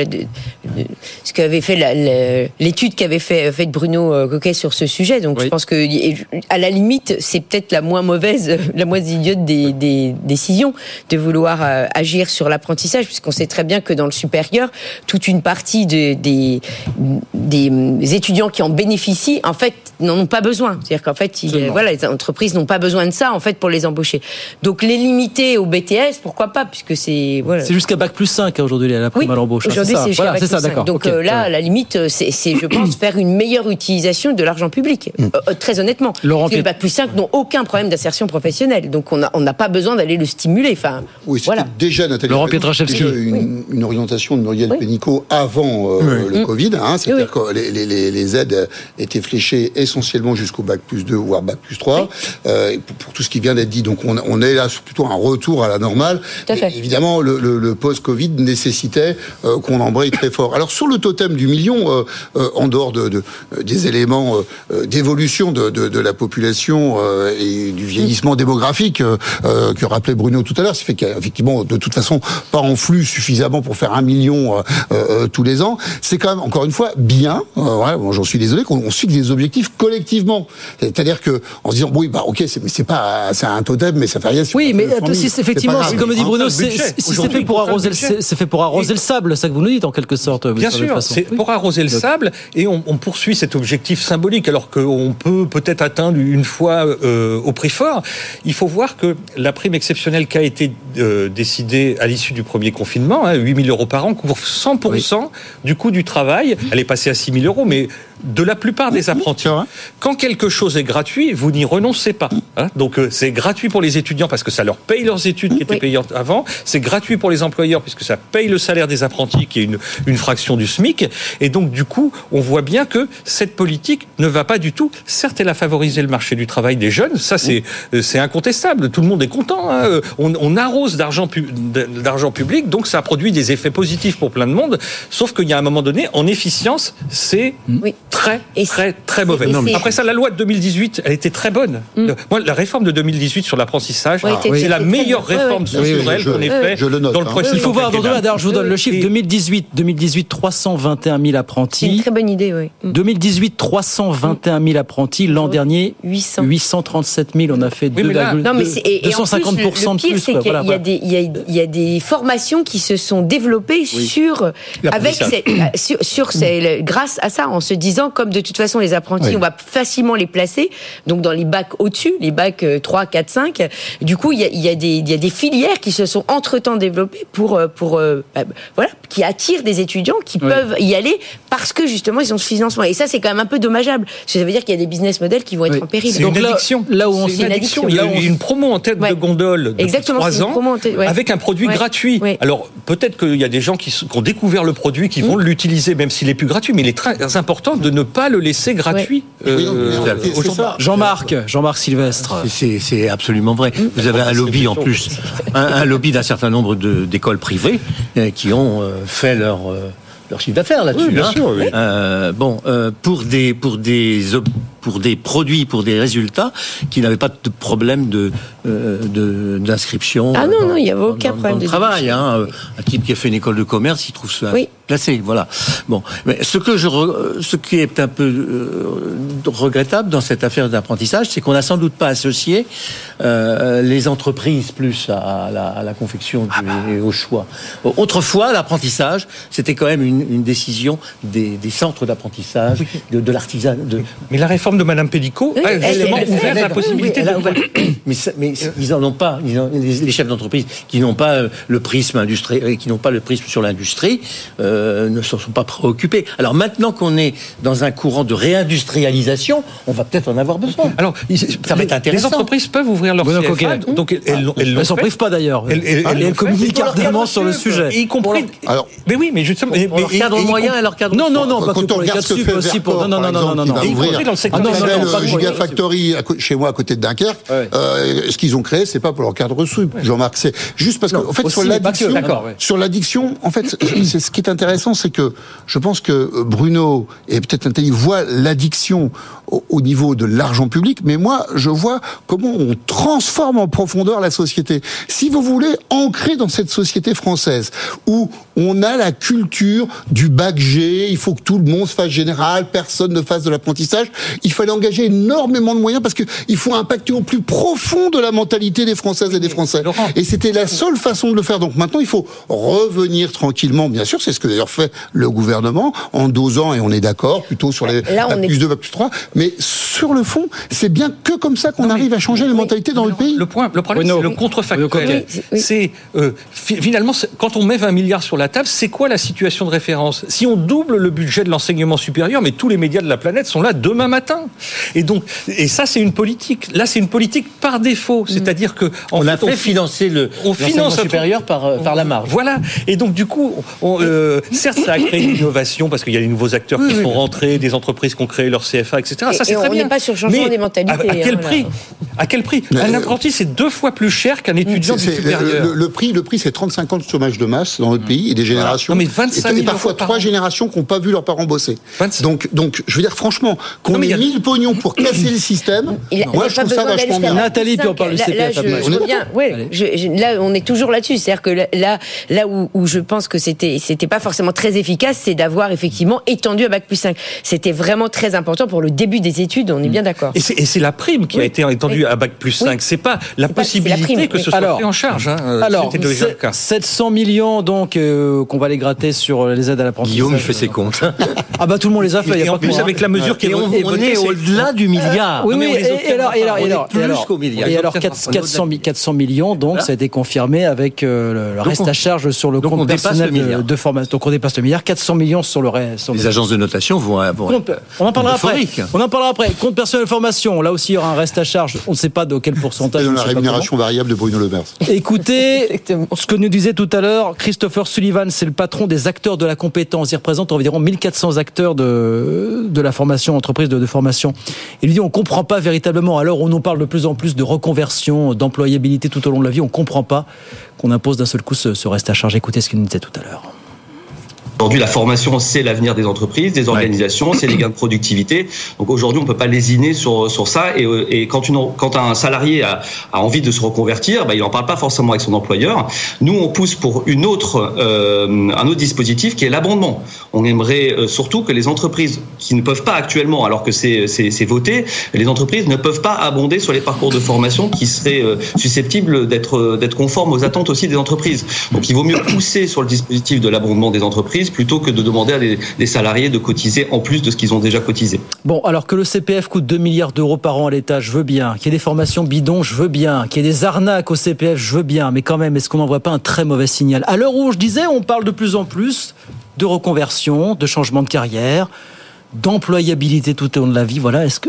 ce qu'avait fait l'étude qu'avait fait Bruno Coquet sur ce sujet. Donc, je pense que, à la limite, c'est peut-être la moins mauvaise, la moins idiote des décisions de vouloir agir sur l'apprentissage, puisqu'on sait très bien que dans le supérieur, toute une partie des étudiants qui en bénéficient, en fait, n'en ont pas besoin. C'est-à-dire qu'en fait, les entreprises n'ont pas besoin de ça, en fait, pour les embaucher. Donc les limiter au BTS, pourquoi pas, puisque c'est c'est jusqu'à bac plus 5 aujourd'hui la prime à l'embauche. Aujourd'hui c'est jusqu'à bac plus 5. Donc là, à la limite, c'est je pense faire une meilleure utilisation de l'argent public. Très honnêtement, les bac plus 5 n'ont aucun problème d'insertion professionnelle. Donc on n'a pas besoin d'aller le stimuler. Enfin, oui, c'était déjà Nathalie. Laurent Pietraszewski, une orientation de Muriel Pénicaud avant le Covid. C'est-à-dire que les aides étaient fléchées essentiellement jusqu'au bac plus 2 voire bac plus 3 pour tout ce qui vient d'être dit. Donc on est là sur plutôt un retour à la normale. Évidemment, le post-Covid nécessitait qu'on embraye très fort. Alors sur le totem du million, en dehors des éléments d'évolution de la population et du vieillissement démographique que rappelait Bruno tout à l'heure, c'est fait qu'effectivement, de toute façon, pas en flux suffisamment pour faire 1 million tous les ans. C'est quand même, encore une fois, bien, j'en suis désolé, qu'on se fixe des objectifs collectivement. C'est-à-dire que en se disant, oui, ok, c'est un totem, mais ça fait rien. Oui, mais effectivement, comme dit Bruno, c'est fait pour arroser le sable, c'est ça que vous nous dites en quelque sorte. Bien sûr, c'est pour arroser le sable, et on poursuit cet objectif symbolique, alors qu'on peut peut-être atteindre une fois au prix fort. Il faut voir que la prime exceptionnelle qui a été décidée à l'issue du premier confinement, 8 000 euros par an, couvre 100% du coût du travail. Elle est passée à 6 000 euros, mais de la plupart des apprentis. Quand quelque chose est gratuit, vous n'y renoncez pas. Donc c'est gratuit pour les étudiants parce que ça leur paye leurs études qui étaient payantes avant. C'est gratuit pour les employeurs puisque ça paye le salaire des apprentis qui est une fraction du SMIC. Et donc du coup, on voit bien que cette politique ne va pas du tout. Certes, elle a favorisé le marché du travail des jeunes. Ça, c'est incontestable. Tout le monde est content. On arrose d'argent public, donc ça produit des effets positifs pour plein de monde. Sauf qu'il y a un moment donné, en efficience, c'est très mauvais. Après ça, la loi de 2018, elle était très bonne. Moi, la réforme de 2018, sur l'apprentissage, c'est la meilleure réforme structurelle qu'on ait fait dans le processus. Il faut voir, d'ailleurs, je vous donne le chiffre. 2018, 321 000 apprentis. C'est une très bonne idée, oui. 2018, 321 000 apprentis. L'an dernier, 837 000. On a fait 250% de plus. Le pire, c'est qu'il y a des formations qui se sont développées grâce à ça, en se disant, comme de toute façon les apprentis, on va facilement les placer, donc dans les bacs au-dessus, les bacs 3, 4, 5. Du coup, il y a des filières qui se sont entre-temps développées qui attirent des étudiants qui peuvent y aller parce que justement ils ont ce financement. Et ça, c'est quand même un peu dommageable. Parce que ça veut dire qu'il y a des business models qui vont être en péril. C'est une addiction. C'est une addiction. Il y a eu une promo en tête de gondole depuis 3 ans avec un produit gratuit. Alors peut-être qu'il y a des gens qui ont découvert le produit, qui vont l'utiliser même s'il est plus gratuit, mais il est très important de ne pas le laisser gratuit. Jean-Marc Sylvestre. C'est absolument vrai. Vous avez un lobby en plus, un lobby d'un certain nombre d'écoles privées qui ont fait leur chiffre d'affaires là-dessus. Bien sûr, oui. Pour des produits, pour des résultats qui n'avaient pas de problème d'inscription. Ah non, il n'y avait aucun problème de travail. Un type qui a fait une école de commerce, il trouve ça placé. Voilà. Bon, mais ce qui est un peu regrettable dans cette affaire d'apprentissage, c'est qu'on n'a sans doute pas associé les entreprises plus à la confection et au choix. Autrefois, l'apprentissage, c'était quand même une décision des centres d'apprentissage, de l'artisanat. Mais la réforme de Madame Pellicot a justement ouvert la possibilité de... Mais ils n'en ont pas. Les chefs d'entreprise qui n'ont pas le prisme industriel, qui n'ont pas le prisme sur l'industrie, ne s'en sont pas préoccupés. Alors maintenant qu'on est dans un courant de réindustrialisation, on va peut-être en avoir besoin. Alors, ça va être intéressant. Les entreprises peuvent ouvrir leur CFA, donc elles s'en privent pas d'ailleurs. Elles communiquent ardemment sur le sujet. Y compris. Mais oui, mais justement. Pour leur cadre moyen et leur cadre. Non, pas que pour les cadres sup aussi. Non. Y compris dans le secteur. Le Gigafactory chez moi à côté de Dunkerque, ce qu'ils ont créé, c'est pas pour leur cadre sup. Jean-Marc, c'est juste parce que en fait sur l'addiction, en fait, c'est ce qui est intéressant, c'est que je pense que Bruno et peut-être Nathalie voient l'addiction au niveau de l'argent public, mais moi je vois comment on transforme en profondeur la société. Si vous voulez ancrer dans cette société française où on a la culture du bac G, il faut que tout le monde se fasse général, personne ne fasse de l'apprentissage, il fallait engager énormément de moyens parce qu'il faut impacter au plus profond de la mentalité des Françaises et des Français. Et c'était la seule façon de le faire. Donc maintenant il faut revenir tranquillement, bien sûr, c'est ce que d'ailleurs fait le gouvernement en dosant, et on est d'accord, plutôt sur les bac plus 2, bac plus 3, mais sur le fond, c'est bien que comme ça qu'on arrive à changer les mentalités dans le pays. Le problème, c'est le contrefactuel. C'est finalement, quand on met 20 milliards sur la table, c'est quoi la situation de référence ? Si on double le budget de l'enseignement supérieur, mais tous les médias de la planète sont là demain matin. Et ça, c'est une politique. Là, c'est une politique par défaut. C'est-à-dire que on a fait financer l'enseignement supérieur par la marge. Voilà. Et donc, du coup, certes, ça a créé une innovation parce qu'il y a des nouveaux acteurs qui sont rentrés, des entreprises qui ont créé leur CFA, etc. Ça, c'est très bien. On n'est pas sur le changement des mentalités. À quel prix ? À quel prix ? Un apprenti, c'est 2 fois plus cher qu'un étudiant du supérieur. Le prix, c'est 35 ans de chômage de masse dans notre pays et des générations. Non, mais 25 et parfois 3 générations qui n'ont pas vu leurs parents bosser. Donc, je veux dire, franchement, qu'on ait mis le pognon pour casser le système, moi, je trouve ça vachement bien. Nathalie, puis on parle du CPF. Là, on est toujours là-dessus. C'est-à-dire que là où je pense que c'était pas forcément très efficace, c'est d'avoir effectivement étendu à bac plus 5. C'était vraiment très important pour le début des études, on est bien d'accord. Et c'est la prime qui a été étendue à bac plus 5. C'est pas la possibilité que ce soit pris en charge. Alors, 700 millions donc qu'on va les gratter sur les aides à l'apprentissage. Guillaume fait ses comptes. Ah bah tout le monde les a fait. Et en plus avec la mesure qui est on est au-delà du milliard. Oui, et alors plus qu'au milliard. Et alors 400 millions donc ça a été confirmé avec le reste à charge sur le compte personnel de formation. Donc on dépasse le milliard. 400 millions sur le reste. Les agences de notation vont on en parlera après. Compte personnel de formation. Là aussi il y aura un reste à charge. On ne sait pas de quel pourcentage. C'est dans la rémunération variable de Bruno Le Maire. Écoutez ce que nous disait tout à l'heure Christopher Sullivan, c'est le patron des acteurs de la compétence. Il représente environ 1400 acteurs de la formation, entreprise de formation. Il lui dit on ne comprend pas véritablement, alors on nous parle de plus en plus de reconversion, d'employabilité tout au long de la vie, on ne comprend pas qu'on impose d'un seul coup ce reste à charge. Écoutez ce qu'il nous disait tout à l'heure. Aujourd'hui, la formation, c'est l'avenir des entreprises, des organisations, c'est les gains de productivité. Donc aujourd'hui, on peut pas lésiner sur ça. Et quand un salarié a envie de se reconvertir, il en parle pas forcément avec son employeur. Nous, on pousse pour un autre dispositif qui est l'abondement. On aimerait surtout que les entreprises qui ne peuvent pas actuellement, alors que c'est voté, les entreprises ne peuvent pas abonder sur les parcours de formation qui seraient susceptibles d'être conformes aux attentes aussi des entreprises. Donc il vaut mieux pousser sur le dispositif de l'abondement des entreprises plutôt que de demander à des salariés de cotiser en plus de ce qu'ils ont déjà cotisé. Bon, alors que le CPF coûte 2 milliards d'euros par an à l'État, je veux bien. Qu'il y ait des formations bidons, je veux bien. Qu'il y ait des arnaques au CPF, je veux bien. Mais quand même, est-ce qu'on n'envoie pas un très mauvais signal ? À l'heure où, je disais, on parle de plus en plus de reconversion, de changement de carrière, d'employabilité tout au long de la vie. Voilà, est-ce que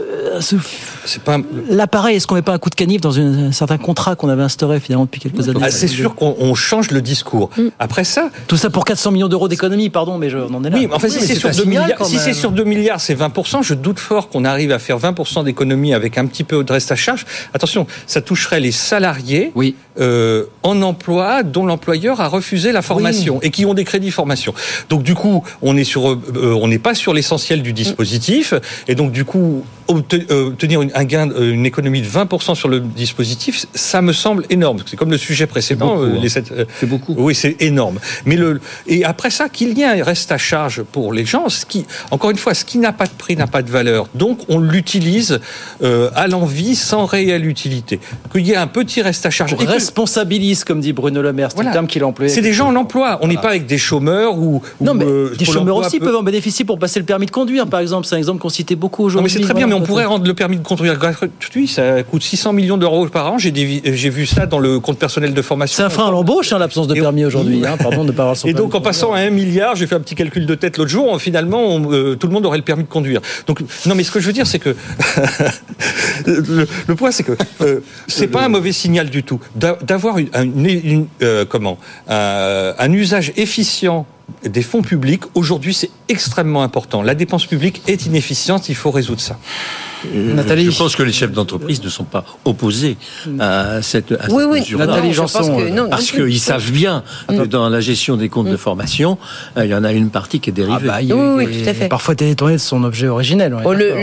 l'appareil, est-ce qu'on met pas un coup de canif dans un certain contrat qu'on avait instauré finalement depuis quelques années ? C'est sûr qu'on change le discours. Après ça, tout ça pour 400 millions d'euros d'économie, pardon, mais on en est là. Oui, enfin, si c'est sur 2 milliards, c'est 20%. Je doute fort qu'on arrive à faire 20% d'économie avec un petit peu de reste à charge. Attention, ça toucherait les salariés en emploi dont l'employeur a refusé la formation et qui ont des crédits formation. Donc du coup, on n'est pas sur l'essentiel du dispositif, et donc du coup obtenir une économie de 20% sur le dispositif, ça me semble énorme. C'est comme le sujet précédent. C'est beaucoup. Oui, c'est énorme. Et après ça, qu'il y ait un reste à charge pour les gens, encore une fois, ce qui n'a pas de prix n'a pas de valeur. Donc on l'utilise à l'envi sans réelle utilité. Qu'il y ait un petit reste à charge. On responsabilise, comme dit Bruno Le Maire, c'est le terme qu'il a employé. C'est des gens en emploi. On n'est pas avec des chômeurs ou non, mais des chômeurs aussi peuvent en bénéficier pour passer le permis de conduire, par exemple. C'est un exemple qu'on citait beaucoup aujourd'hui. Non, mais c'est très bien, mais on pourrait rendre le permis de conduire gratuit. Ça coûte 600 millions d'euros par an. J'ai vu ça dans le compte personnel de formation. C'est un frein à l'embauche, l'absence de permis aujourd'hui. Pardon de ne pas avoir son permis. Et donc, en passant à 1 milliard, j'ai fait un petit calcul de tête l'autre jour, finalement, tout le monde aurait le permis de conduire. Donc, non, mais ce que je veux dire, c'est que le point, c'est que c'est pas un mauvais signal du tout d'avoir un usage efficient des fonds publics. Aujourd'hui, c'est extrêmement important. La dépense publique est inefficiente, il faut résoudre ça. Nathalie, je pense que les chefs d'entreprise ne sont pas opposés à cette mesure-là. Nathalie Janson, parce qu'ils savent bien que dans la gestion des comptes de formation, il y en a une partie qui est dérivée. Oui, tout à fait. Parfois détourné de son objet originel.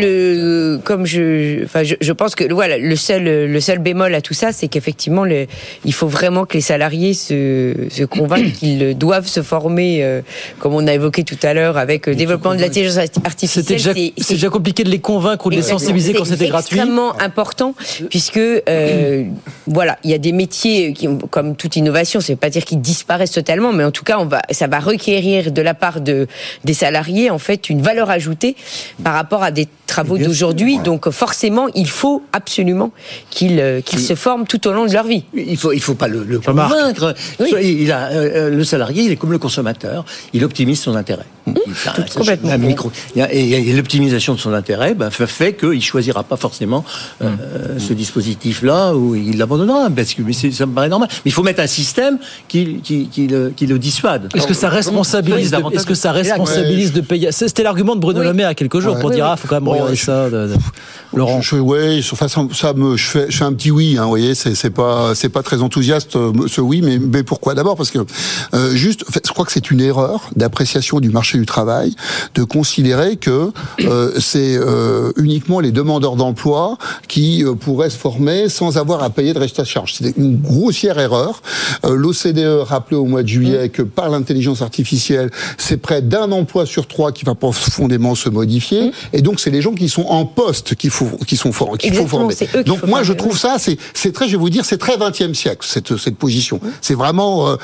Je pense que voilà, le seul bémol à tout ça, c'est qu'effectivement, il faut vraiment que les salariés se convainquent qu'ils doivent se former, comme on a évoqué tout à l'heure, avec le développement de l'intelligence artificielle. C'est déjà compliqué de les convaincre ou de les sensibiliser quand c'était gratuit. C'est extrêmement important puisque il y a des métiers qui, comme toute innovation, ça ne veut pas dire qu'ils disparaissent totalement, mais en tout cas, ça va requérir de la part des salariés en fait une valeur ajoutée par rapport à des travaux d'aujourd'hui. Donc forcément, il faut absolument qu'ils se forment tout au long de leur vie. Il faut pas le convaincre. Oui. Le salarié, il est comme le consommateur, il optimise son intérêt. Complètement. Et l'optimisation de son intérêt fait qu'il ne choisira pas forcément ce dispositif-là ou il l'abandonnera, parce que ça me paraît normal. Mais il faut mettre un système qui le dissuade. Est-ce que ça responsabilise de payer ? C'était l'argument de Bruno Le Maire il y a quelques jours pour dire faut quand même regarder ça. Laurent. Je fais un petit oui. Vous voyez, c'est pas très enthousiaste ce oui, mais pourquoi ? D'abord parce que je crois que c'est une erreur d'appréciation du marché du travail de considérer que c'est uniquement les demandeurs d'emploi qui pourraient se former sans avoir à payer de reste à charge. C'est une grossière erreur. L'OCDE rappelait au mois de juillet que par l'intelligence artificielle, c'est près d'un emploi sur 3 qui va profondément se modifier. Et donc, c'est les gens qui sont en poste qu'il faut former. Donc, moi, je trouve ça, c'est très 20e siècle, cette position. C'est vraiment,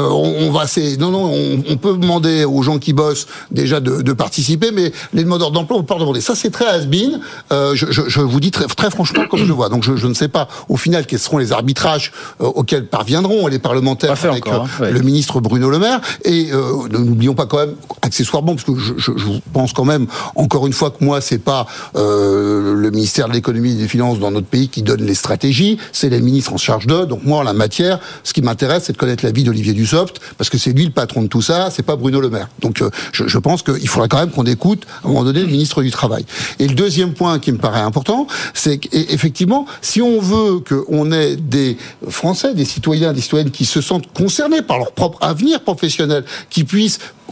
on peut demander aux gens qui bossent déjà de participer, mais les demandeurs d'emploi, on peut pas demander. Ça, c'est très has-been. Je vous dis très franchement comme je le vois. Donc, je ne sais pas, au final, quels seront les arbitrages auxquels parviendront les parlementaires avec le ministre Bruno Le Maire. Et n'oublions pas quand même, accessoirement, parce que je pense quand même, encore une fois, que moi, c'est pas le ministère de l'économie et des finances dans notre pays qui donne les stratégies, c'est les ministres en charge d'eux. Donc moi, en la matière, ce qui m'intéresse, c'est de connaître l'avis d'Olivier Dussopt, parce que c'est lui le patron de tout ça, c'est pas Bruno Le Maire. Donc je pense qu'il faudrait quand même qu'on écoute, à un moment donné, le ministre du Travail. Et le deuxième point qui me paraît important, c'est qu'effectivement, si on veut qu'on ait des Français, des citoyens, des citoyennes qui se sentent concernés par leur propre avenir professionnel, qui puissent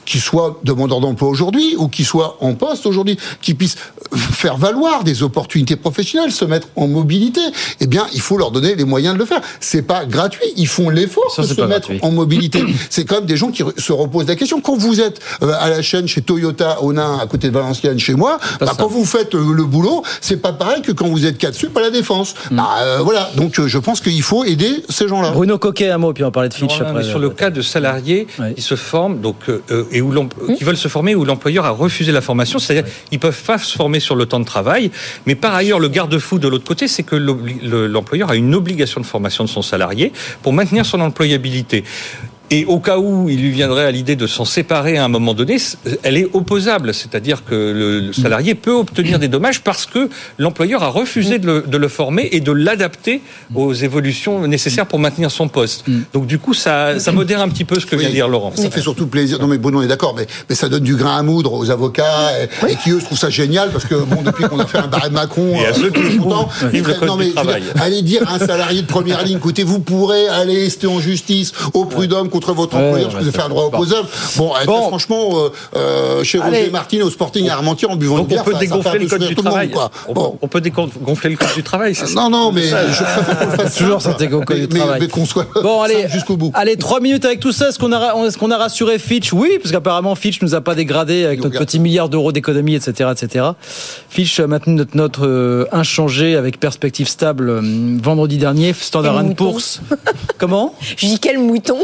qui soient demandeurs d'emploi aujourd'hui ou qui soient en poste aujourd'hui, qui puissent faire valoir des opportunités professionnelles, se mettre en mobilité, eh bien, il faut leur donner les moyens de le faire. C'est pas gratuit. Ils font l'effort de se mettre en mobilité. C'est quand même des gens qui se reposent la question. Quand vous êtes à la chaîne chez Toyota, au Nain, à côté de Valenciennes, chez moi, quand vous faites le boulot, c'est pas pareil que quand vous êtes 4 sup à la Défense. Voilà. Donc, je pense qu'il faut aider ces gens-là. Bruno Coquet, un mot, puis on va parler de Fitch après. Sur le cas de salariés qui se forment, donc, et où qui veulent se former, où l'employeur a refusé la formation, c'est-à-dire ils peuvent pas se former sur le temps de travail, mais par ailleurs, le garde-fou de l'autre côté, c'est que l'employeur a une obligation de formation de son salarié pour maintenir son employabilité. Et au cas où il lui viendrait à l'idée de s'en séparer à un moment donné, elle est opposable. C'est-à-dire que le salarié peut obtenir des dommages parce que l'employeur a refusé de le former et de l'adapter aux évolutions nécessaires pour maintenir son poste. Donc du coup, ça modère un petit peu ce que vient de dire Laurent. Ça fait surtout plaisir. Non mais Bruno, on est d'accord, mais ça donne du grain à moudre aux avocats et qui eux trouvent ça génial parce que depuis qu'on a fait un barré Macron, et à ceux qui sont contents, allez dire à un salarié de première ligne, écoutez, vous pourrez aller rester en justice au prud'homme contre votre employeur, parce que vous avez fait un droit opposable. Bon, franchement, chez Roger Martin au Sporting à Armentières en buvant une bière, on peut dégonfler le code du travail. On peut dégonfler le code du travail, c'est ça. Non, mais je préfère qu'on le fasse. Toujours ça, le code du travail. Mais qu'on soit jusqu'au bout. Allez, 3 minutes avec tout ça. Est-ce qu'on a rassuré Fitch? Oui, parce qu'apparemment Fitch nous a pas dégradé avec notre petit milliard d'euros d'économie, etc., etc. Fitch a maintenu notre note inchangée avec perspective stable vendredi dernier. Standard & Poor's. Comment? Je dis quel mouton.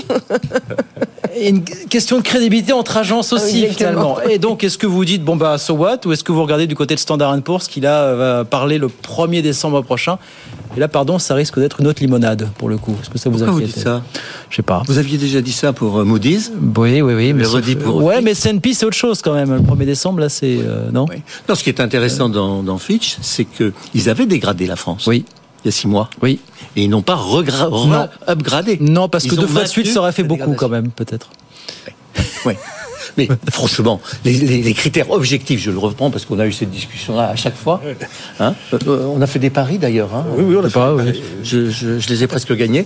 Et une question de crédibilité entre agences aussi, finalement. Et donc, est-ce que vous dites, so what? Ou est-ce que vous regardez du côté de Standard & Poor's qui, là, va parler le 1er décembre prochain? Et là, pardon, ça risque d'être une autre limonade, pour le coup. Est-ce que ça vous inquiète? Pourquoi vous dites ça? Je sais pas. Vous aviez déjà dit ça pour Moody's? Oui. Mais mais S&P, c'est autre chose, quand même. Le 1er décembre, là, c'est... non? Oui. Non, ce qui est intéressant dans Fitch, c'est qu'ils avaient dégradé la France. Oui. Il y a 6 mois. Oui. Et ils n'ont pas upgradé. Non, parce que 2 fois de suite, ça aurait fait beaucoup quand même, peut-être. Oui. Mais franchement, les critères objectifs, je le reprends parce qu'on a eu cette discussion-là à chaque fois. Hein, on a fait des paris d'ailleurs. Hein. Oui, on a fait. Je les ai presque gagnés.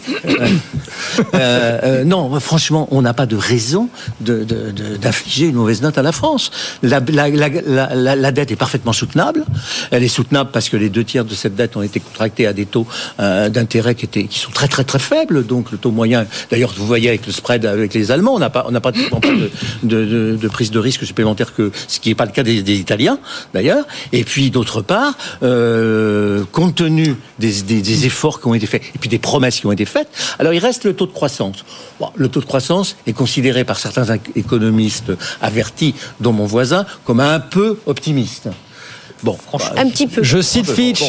Non, franchement, on n'a pas de raison d'infliger une mauvaise note à la France. La dette est parfaitement soutenable. Elle est soutenable parce que les 2/3 de cette dette ont été contractés à des taux d'intérêt qui sont très très très faibles. Donc le taux moyen, d'ailleurs, vous voyez avec le spread avec les Allemands, on n'a pas de prise de risque supplémentaire, que ce qui n'est pas le cas des Italiens d'ailleurs. Et puis d'autre part, compte tenu des efforts qui ont été faits et puis des promesses qui ont été faites, alors il reste le taux de croissance. Bon, le taux de croissance est considéré par certains économistes avertis, dont mon voisin, comme un peu optimiste. Bon, un petit peu. Je cite Fitch.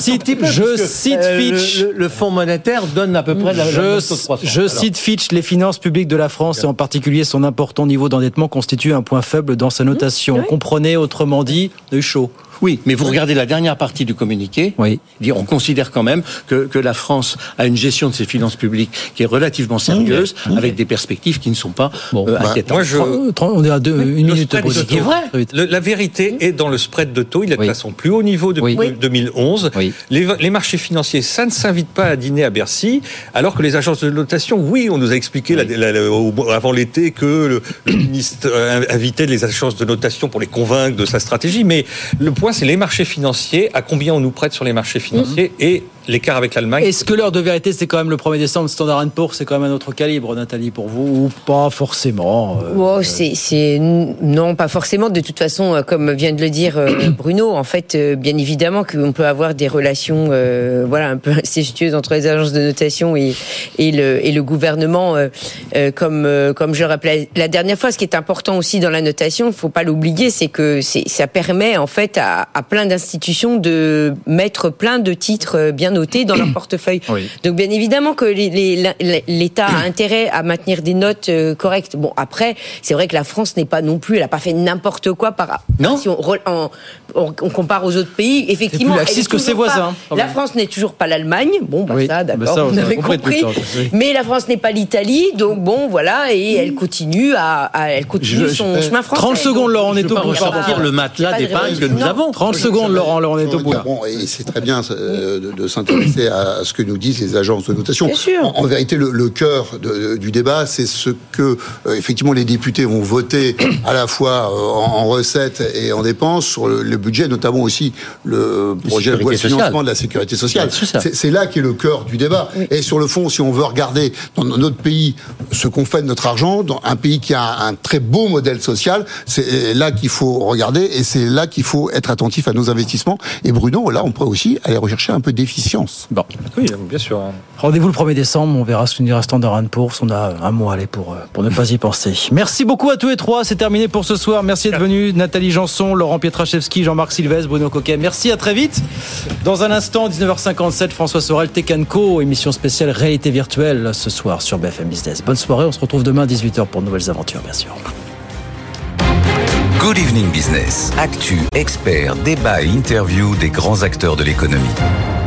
Le Fonds monétaire donne à peu près la taux de croissance. Je cite Fitch. Les finances publiques de la France et en particulier son important niveau d'endettement constituent un point faible dans sa notation. Oui. Comprenez, autrement dit, on a eu chaud. Oui, mais vous regardez la dernière partie du communiqué. Oui. On considère quand même que la France a une gestion de ses finances publiques qui est relativement sérieuse, avec des perspectives qui ne sont pas inquiétantes. On est à 1 minute. C'est vrai. La vérité est dans le spread de taux. Il est à son plus haut niveau depuis 2011. Oui. Les marchés financiers, ça ne s'invite pas à dîner à Bercy, alors que les agences de notation, on nous a expliqué avant l'été que le ministre invitait les agences de notation pour les convaincre de sa stratégie. Mais le point, c'est les marchés financiers, à combien on nous prête sur les marchés financiers et l'écart avec l'Allemagne. Est-ce que l'heure de vérité, c'est quand même le 1er décembre, Standard & Poor's, c'est quand même un autre calibre, Nathalie, pour vous, ou pas forcément Non, pas forcément. De toute façon, comme vient de le dire Bruno, en fait, bien évidemment qu'on peut avoir des relations un peu incestueuses entre les agences de notation et le gouvernement, comme je le rappelais la dernière fois. Ce qui est important aussi dans la notation, il ne faut pas l'oublier, c'est que ça permet en fait à plein d'institutions de mettre plein de titres bien notés dans leur portefeuille. Oui. Donc bien évidemment que l'État a intérêt à maintenir des notes correctes. Bon, après, c'est vrai que la France n'est pas non plus, elle n'a pas fait n'importe quoi si on compare aux autres pays. Effectivement, c'est plus laxiste que ses voisins. La France n'est toujours pas l'Allemagne. Bon, ça, d'accord, on avait compris. Mais la France n'est pas l'Italie, donc voilà, et elle continue son chemin français. 30 secondes, Laurent, on est au bout. Sortir le matelas d'épargne que nous avons. 30 secondes, Laurent, on est au bout. Bon, et c'est très bien de s'intéresser à ce que nous disent les agences de notation. Bien sûr. En vérité, le cœur du débat, c'est ce que effectivement les députés vont voter à la fois en recettes et en dépenses sur le budget, notamment aussi le projet de loi de financement de la sécurité sociale. C'est là qu'est le cœur du débat. Oui. Et sur le fond, si on veut regarder dans notre pays ce qu'on fait de notre argent, dans un pays qui a un très beau modèle social, c'est là qu'il faut regarder et c'est là qu'il faut être attentif à nos investissements. Et Bruno, là, on pourrait aussi aller rechercher un peu d'efficience. Bon. Oui, bien sûr. Rendez-vous le 1er décembre, on verra ce qu'il nous reste en Standard & Poor's. On a un mois pour ne pas y penser. Merci beaucoup à tous les trois, c'est terminé pour ce soir. Merci d'être venus, Nathalie Janson, Laurent Pietraszewski, Jean-Marc Sylvestre, Bruno Coquet. Merci, à très vite. Dans un instant, 19h57, François Sorel, Tech & Co, émission spéciale réalité virtuelle ce soir sur BFM Business. Bonne soirée, on se retrouve demain à 18h pour de nouvelles aventures, bien sûr. Good Evening Business. Actu, experts, débat et interview des grands acteurs de l'économie.